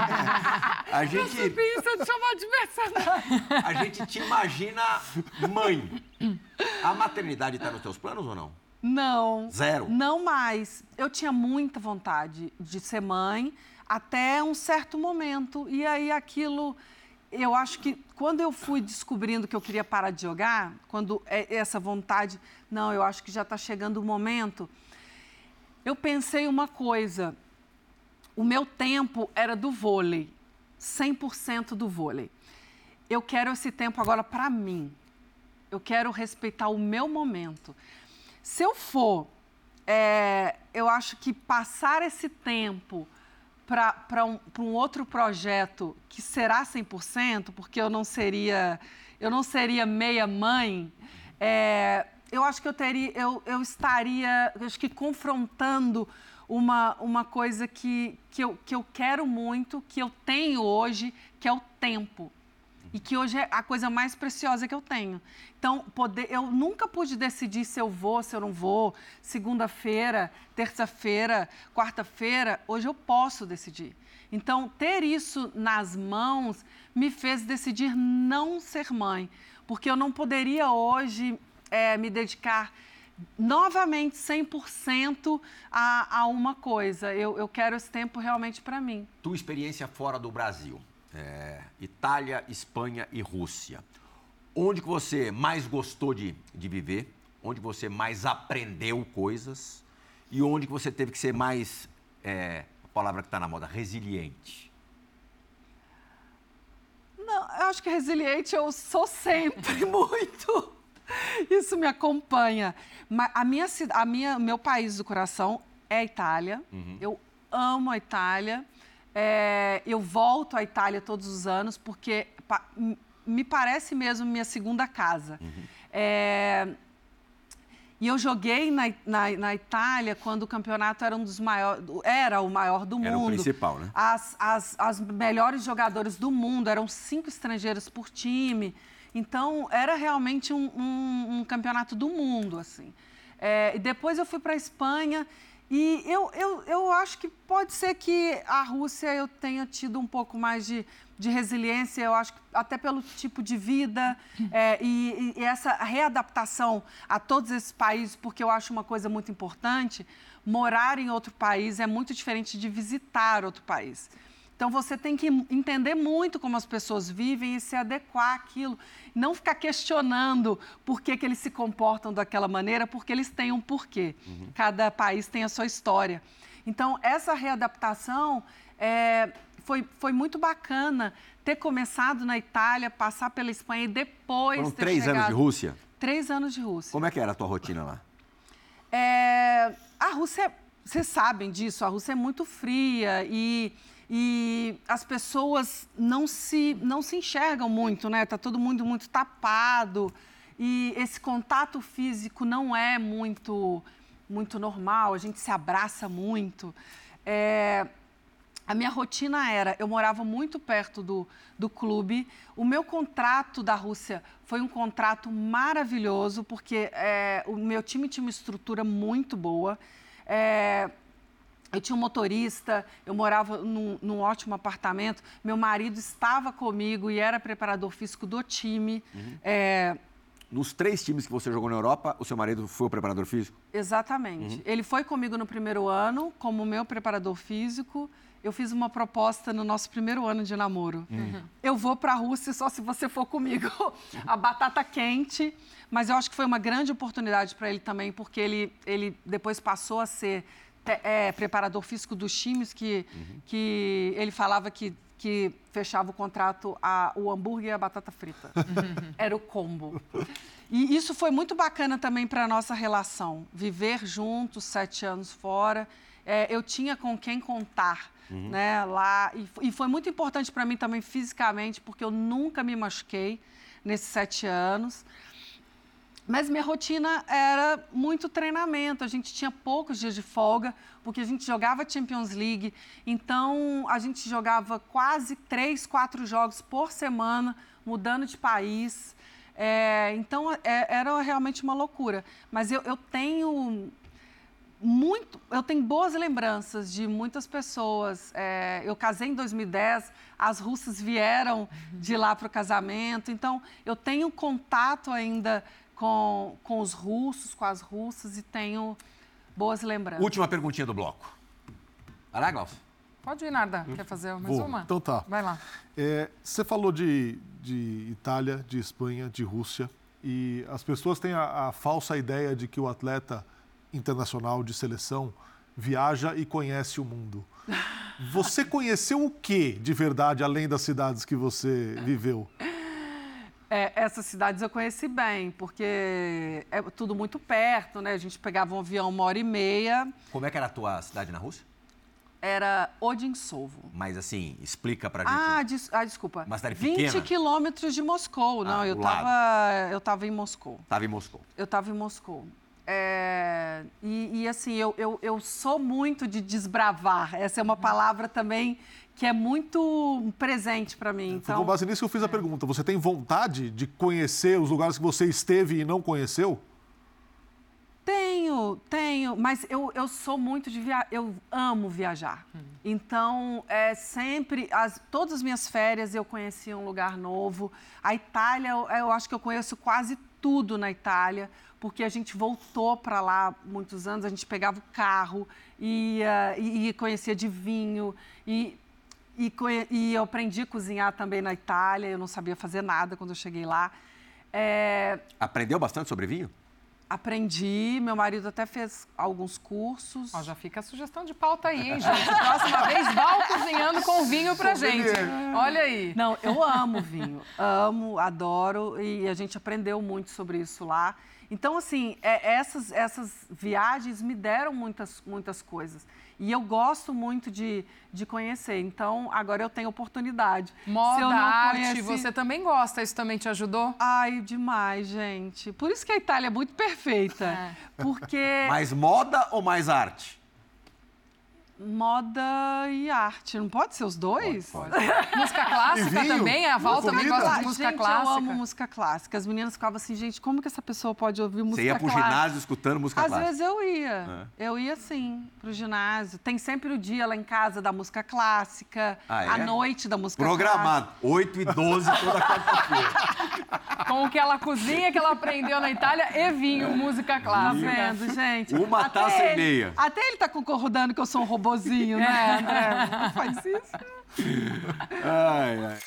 a gente... Isso de chamar de mercenário. A gente te imagina mãe. A maternidade está nos teus planos ou não? Não. Zero? Não mais. Eu tinha muita vontade de ser mãe, até um certo momento. E aí aquilo, eu acho que quando eu fui descobrindo que eu queria parar de jogar, quando essa vontade, não, eu acho que já está chegando o momento, eu pensei uma coisa, o meu tempo era do vôlei, cem por cento do vôlei. Eu quero esse tempo agora para mim, eu quero respeitar o meu momento. Se eu for, é, eu acho que passar esse tempo para um, um outro projeto que será cem por cento, porque eu não seria, eu não seria meia mãe, é, eu acho que eu, teria, eu, eu estaria, eu acho que confrontando uma, uma coisa que, que, eu, que eu quero muito, que eu tenho hoje, que é o tempo. E que hoje é a coisa mais preciosa que eu tenho. Então, poder, eu nunca pude decidir se eu vou, se eu não vou, segunda-feira, terça-feira, quarta-feira, hoje eu posso decidir. Então, ter isso nas mãos me fez decidir não ser mãe, porque eu não poderia hoje é, me dedicar novamente cem por cento a, a uma coisa. Eu, eu quero esse tempo realmente para mim. Tua experiência fora do Brasil. É, Itália, Espanha e Rússia. Onde que você mais gostou de, de viver? Onde você mais aprendeu coisas? E onde que você teve que ser mais, é, a palavra que está na moda, resiliente? Não, eu acho que resiliente eu sou sempre muito. Isso me acompanha. Mas a minha, a minha, meu país do coração é a Itália. Uhum. Eu amo a Itália. É, eu volto à Itália todos os anos porque pa, me parece mesmo minha segunda casa. Uhum. É, e eu joguei na, na, na Itália quando o campeonato era um dos maiores, era o maior do era mundo. Era o principal, né? As, as, as melhores jogadores do mundo, eram cinco estrangeiros por time. Então, era realmente um, um, um campeonato do mundo, assim. É, e depois eu fui para a Espanha e eu, eu, eu acho que pode ser que a Rússia eu tenha tido um pouco mais de, de resiliência, eu acho que até pelo tipo de vida é, e, e essa readaptação a todos esses países, porque eu acho uma coisa muito importante, morar em outro país é muito diferente de visitar outro país. Então, você tem que entender muito como as pessoas vivem e se adequar àquilo. Não ficar questionando por que, que eles se comportam daquela maneira, porque eles têm um porquê. Uhum. Cada país tem a sua história. Então, essa readaptação é, foi, foi muito bacana ter começado na Itália, passar pela Espanha e depois Foram ter três chegado... anos de Rússia? Três anos de Rússia. Como é que era a tua rotina lá? É, a Rússia, vocês sabem disso, a Rússia é muito fria e... E as pessoas não se, não se enxergam muito, né? Tá todo mundo muito tapado. E esse contato físico não é muito, muito normal, a gente se abraça muito. É, a minha rotina era, eu morava muito perto do, do clube. O meu contrato da Rússia foi um contrato maravilhoso, porque é, o meu time tinha uma estrutura muito boa. É, Eu tinha um motorista, eu morava num, num ótimo apartamento, meu marido estava comigo e era preparador físico do time. Uhum. É... Nos três times que você jogou na Europa, o seu marido foi o preparador físico? Exatamente. Uhum. Ele foi comigo no primeiro ano, como meu preparador físico. Eu fiz uma proposta no nosso primeiro ano de namoro. Uhum. Eu vou para a Rússia só se você for comigo. A batata quente. Mas eu acho que foi uma grande oportunidade para ele também, porque ele, ele depois passou a ser... É, preparador físico dos times, que, uhum. que ele falava que, que fechava o contrato a, o hambúrguer e a batata frita. Uhum. Era o combo. E isso foi muito bacana também para a nossa relação. Viver juntos, sete anos fora. É, eu tinha com quem contar uhum. né, lá. E, e foi muito importante para mim também fisicamente, porque eu nunca me machuquei nesses sete anos. Mas minha rotina era muito treinamento, a gente tinha poucos dias de folga, porque a gente jogava Champions League, então a gente jogava quase três, quatro jogos por semana, mudando de país. É, então, é, era realmente uma loucura. Mas eu, eu tenho muito, eu tenho boas lembranças de muitas pessoas. É, eu casei em dois mil e dez, as russas vieram de lá para o casamento, então eu tenho contato ainda... Com, com os russos, com as russas e tenho boas lembranças. Última perguntinha do bloco. Vai lá, Glaucio. Pode ir, Narda. Quer fazer mais Vou. uma? Então tá. Vai lá. É, você falou de, de Itália, de Espanha, de Rússia e as pessoas têm a, a falsa ideia de que o atleta internacional de seleção viaja e conhece o mundo. Você conheceu o quê de verdade, além das cidades que você viveu? É, essas cidades eu conheci bem, porque é tudo muito perto, né? A gente pegava um avião uma hora e meia. Como é que era a tua cidade na Rússia? Era Odintsovo. Mas assim, explica pra gente. Ah, des ah desculpa. Uma cidade pequena? vinte quilômetros de Moscou. Não, ah, eu tava, eu tava em Moscou. Tava em Moscou. Eu tava em Moscou. É, e, e assim, eu, eu, eu sou muito de desbravar. Essa é uma palavra também que é muito presente para mim. Então, foi com base nisso que eu fiz a pergunta. Você tem vontade de conhecer os lugares que você esteve e não conheceu? Tenho, tenho. Mas eu, eu sou muito de viajar. Eu amo viajar. Hum. Então, é sempre... As, todas as minhas férias eu conhecia um lugar novo. A Itália, eu, eu acho que eu conheço quase tudo na Itália, porque a gente voltou para lá muitos anos, a gente pegava o carro e, uh, e, e conhecia de vinho, e, e, e eu aprendi a cozinhar também na Itália, eu não sabia fazer nada quando eu cheguei lá. É... Aprendeu bastante sobre vinho? Aprendi, meu marido até fez alguns cursos. Ó, já fica a sugestão de pauta aí, hein, gente? Próxima vez, Val cozinhando com vinho pra gente. Olha aí. Não, eu amo vinho, amo, adoro, e a gente aprendeu muito sobre isso lá. Então, assim, é, essas, essas viagens me deram muitas, muitas coisas. E eu gosto muito de, de conhecer. Então, agora eu tenho oportunidade. Moda, Se eu não arte, conheci... você também gosta? Isso também te ajudou? Ai, demais, gente. Por isso que a Itália é muito perfeita. É. Porque... Mais moda ou mais arte? Moda e arte. Não pode ser os dois? Pode, pode. Música clássica também? A Val também Comida? gosta de música gente, clássica. eu amo música clássica. As meninas ficavam assim, gente, como que essa pessoa pode ouvir música Você ia pro clássica? ginásio escutando música Às clássica? vezes eu ia. Eu ia, sim, pro ginásio. Tem sempre o dia lá em casa da música clássica, Ah, é? a noite da música Programado, oito e doze toda quarta-feira. Com o que ela cozinha, que ela aprendeu na Itália e vinho, música Tá clássica. vendo, gente? Uma Até taça e ele- meia. Até ele tá concordando que eu sou um robozinho, né, André? Não faz isso. Ai, ai.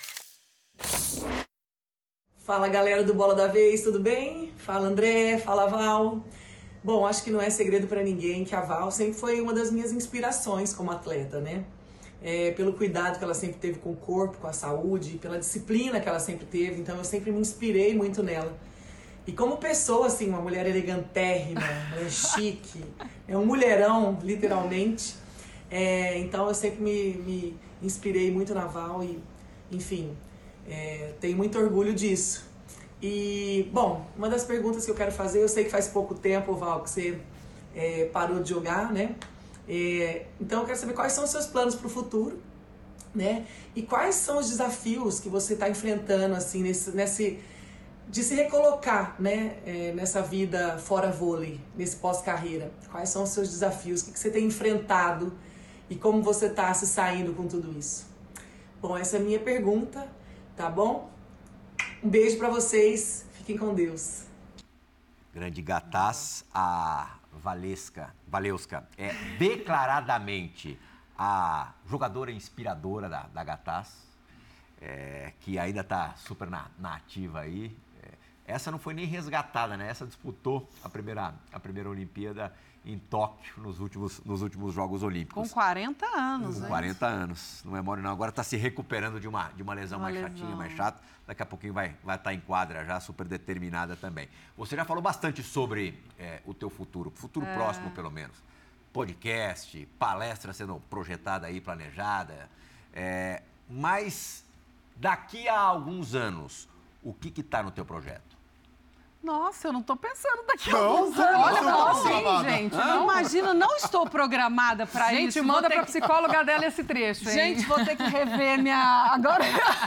Fala galera do Bola da Vez, tudo bem? Fala André, fala Val. Bom, acho que não é segredo pra ninguém que a Val sempre foi uma das minhas inspirações como atleta, né? É, pelo cuidado que ela sempre teve com o corpo, com a saúde, pela disciplina que ela sempre teve, então eu sempre me inspirei muito nela. E como pessoa, assim, uma mulher elegantérrima, uma mulher chique, é um mulherão, literalmente. É, então eu sempre me, me inspirei muito na Val e, enfim, é, tenho muito orgulho disso. E, bom, uma das perguntas que eu quero fazer, eu sei que faz pouco tempo, Val, que você é, parou de jogar, né? É, então eu quero saber quais são os seus planos para o futuro, né? E quais são os desafios que você está enfrentando, assim, nesse, nesse, de se recolocar, né? É, nessa vida fora vôlei, nesse pós-carreira. Quais são os seus desafios? O que, que você tem enfrentado e como você está se saindo com tudo isso? Bom, essa é a minha pergunta, tá bom? Um beijo para vocês, fiquem com Deus. Grande gataz, a Valesca, Valeuska é declaradamente a jogadora inspiradora da, da Gataz, é, que ainda está super na, na ativa aí. É, essa não foi nem resgatada, né? Essa disputou a primeira, a primeira Olimpíada em Tóquio, nos últimos, nos últimos Jogos Olímpicos. Com quarenta anos, Com né? quarenta anos, não é mole não. Agora está se recuperando de uma, de uma lesão Uma mais lesão. chatinha, mais chata. Daqui a pouquinho vai estar vai tá em quadra já, super determinada também. Você já falou bastante sobre é, o teu futuro, futuro É. próximo pelo menos. Podcast, palestra sendo projetada aí, planejada. É, mas daqui a alguns anos, o que está no teu projeto? Nossa, eu não tô pensando daqui a Não, alguns anos. olha, Olha, não não, tá sim, programada. gente. Não, Não. imagina, não estou programada para Gente, isso. manda Vou ter pra que- psicóloga dela esse trecho, hein? Gente, vou ter que rever minha... Agora...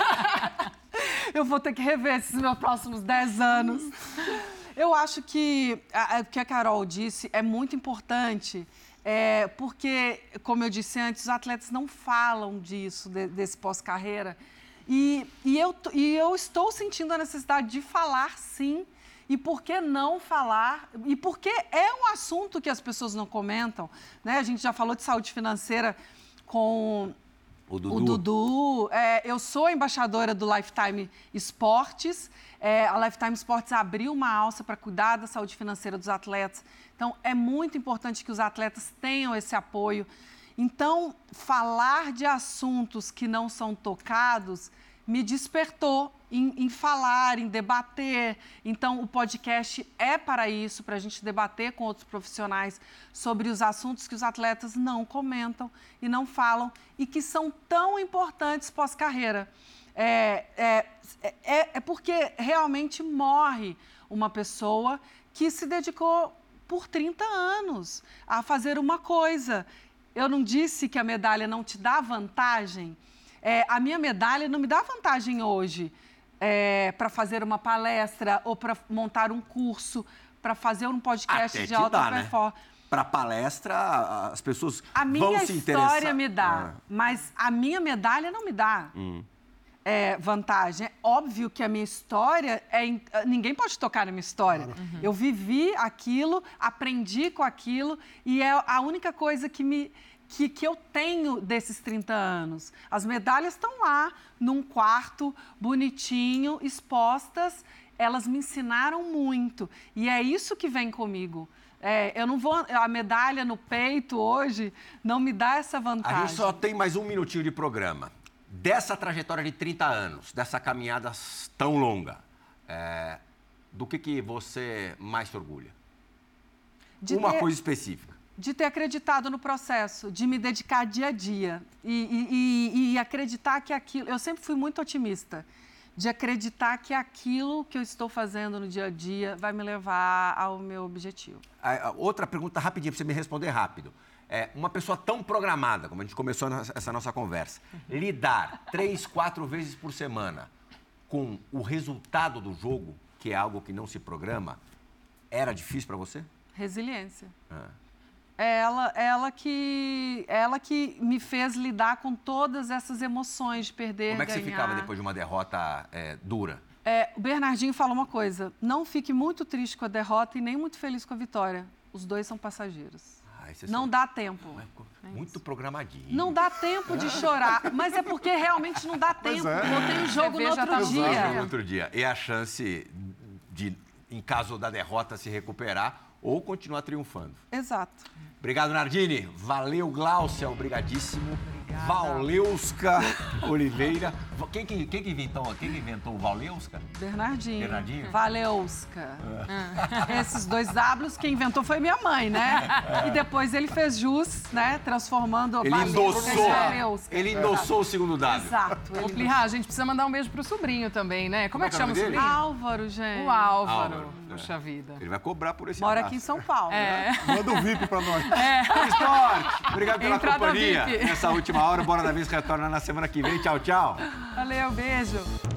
eu vou ter que rever esses meus próximos dez anos. Eu acho que a- a- o que a Carol disse é muito importante, é, porque, como eu disse antes, os atletas não falam disso, de- desse pós-carreira. E, e, eu, t- e eu estou sentindo a necessidade de falar, sim. E por que não falar? E porque é um assunto que as pessoas não comentam, né? A gente já falou de saúde financeira com O Dudu? o Dudu. É, eu sou embaixadora do Lifetime Esportes. É, a Lifetime Esportes abriu uma alça para cuidar da saúde financeira dos atletas. Então, é muito importante que os atletas tenham esse apoio. Então, falar de assuntos que não são tocados me despertou em, em falar, em debater. Então, o podcast é para isso, para a gente debater com outros profissionais sobre os assuntos que os atletas não comentam e não falam e que são tão importantes pós-carreira. É, é, é, é porque realmente morre uma pessoa que se dedicou por trinta anos a fazer uma coisa. Eu não disse que a medalha não te dá vantagem? É, a minha medalha não me dá vantagem hoje é, para fazer uma palestra ou para montar um curso, para fazer um podcast Até de te alta dá, né? performance. Para palestra, as pessoas A vão minha se interessar. história me dá, Ah. mas a minha medalha não me dá Hum. é, vantagem. É óbvio que a minha história, é, in- ninguém pode tocar na minha história. Eu vivi aquilo, aprendi com aquilo e é a única coisa que me... Que, que eu tenho desses trinta anos. As medalhas estão lá, num quarto, bonitinho, expostas. Elas me ensinaram muito. E é isso que vem comigo. É, eu não vou... A medalha no peito hoje não me dá essa vantagem. A gente só tem mais um minutinho de programa. Dessa trajetória de trinta anos, dessa caminhada tão longa, é, do que, que você mais se orgulha? De Uma ter- coisa específica. De ter acreditado no processo, de me dedicar dia a dia e, e- e- e acreditar que aquilo... Eu sempre fui muito otimista, de acreditar que aquilo que eu estou fazendo no dia a dia vai me levar ao meu objetivo. A- a outra pergunta rapidinho, para você me responder rápido. é, uma pessoa tão programada, como a gente começou essa nossa conversa, lidar três, quatro vezes por semana com o resultado do jogo, que é algo que não se programa, era difícil para você? Resiliência. Ah. É ela, ela, que, ela que me fez lidar com todas essas emoções de perder, Como é que ganhar. você ficava depois de uma derrota é, dura? É, o Bernardinho falou uma coisa, não fique muito triste com a derrota e nem muito feliz com a vitória. Os dois são passageiros. Ai, você Não sabe. dá tempo. Muito programadinho. Não dá tempo de chorar, mas é porque realmente não dá tempo. é. Botei o jogo Você no vê, já outro tá no dia. Jogo no outro dia. E a chance de, em caso da derrota, se recuperar ou continuar triunfando. Exato. Obrigado, Nardini. Valeu, Gláucia. Obrigadíssimo. Valeuska Oliveira. Quem que, quem, que inventou, quem que inventou o Valeuska? Bernardinho. Bernardinho? Valeuska. Esses dois Ws, quem inventou foi minha mãe, né? E depois ele fez jus, né? Transformando Ele Valeuska endossou. em Valeuska. Ele endossou o segundo dado. Exato. Ô, Ele Plihá, a gente precisa mandar um beijo pro sobrinho também, né? Como é que Como é chama que o é o nome sobrinho? Álvaro, gente. O Álvaro. Álvaro, Puxa é. vida. Ele vai cobrar por esse Mora abraço. aqui em São Paulo. É. Manda um V I P pra nós. Esporte. Obrigado pela Entrada companhia. V I P. Nessa última hora, Bora da Vez retorna na semana que vem. Tchau, tchau. Valeu, beijo.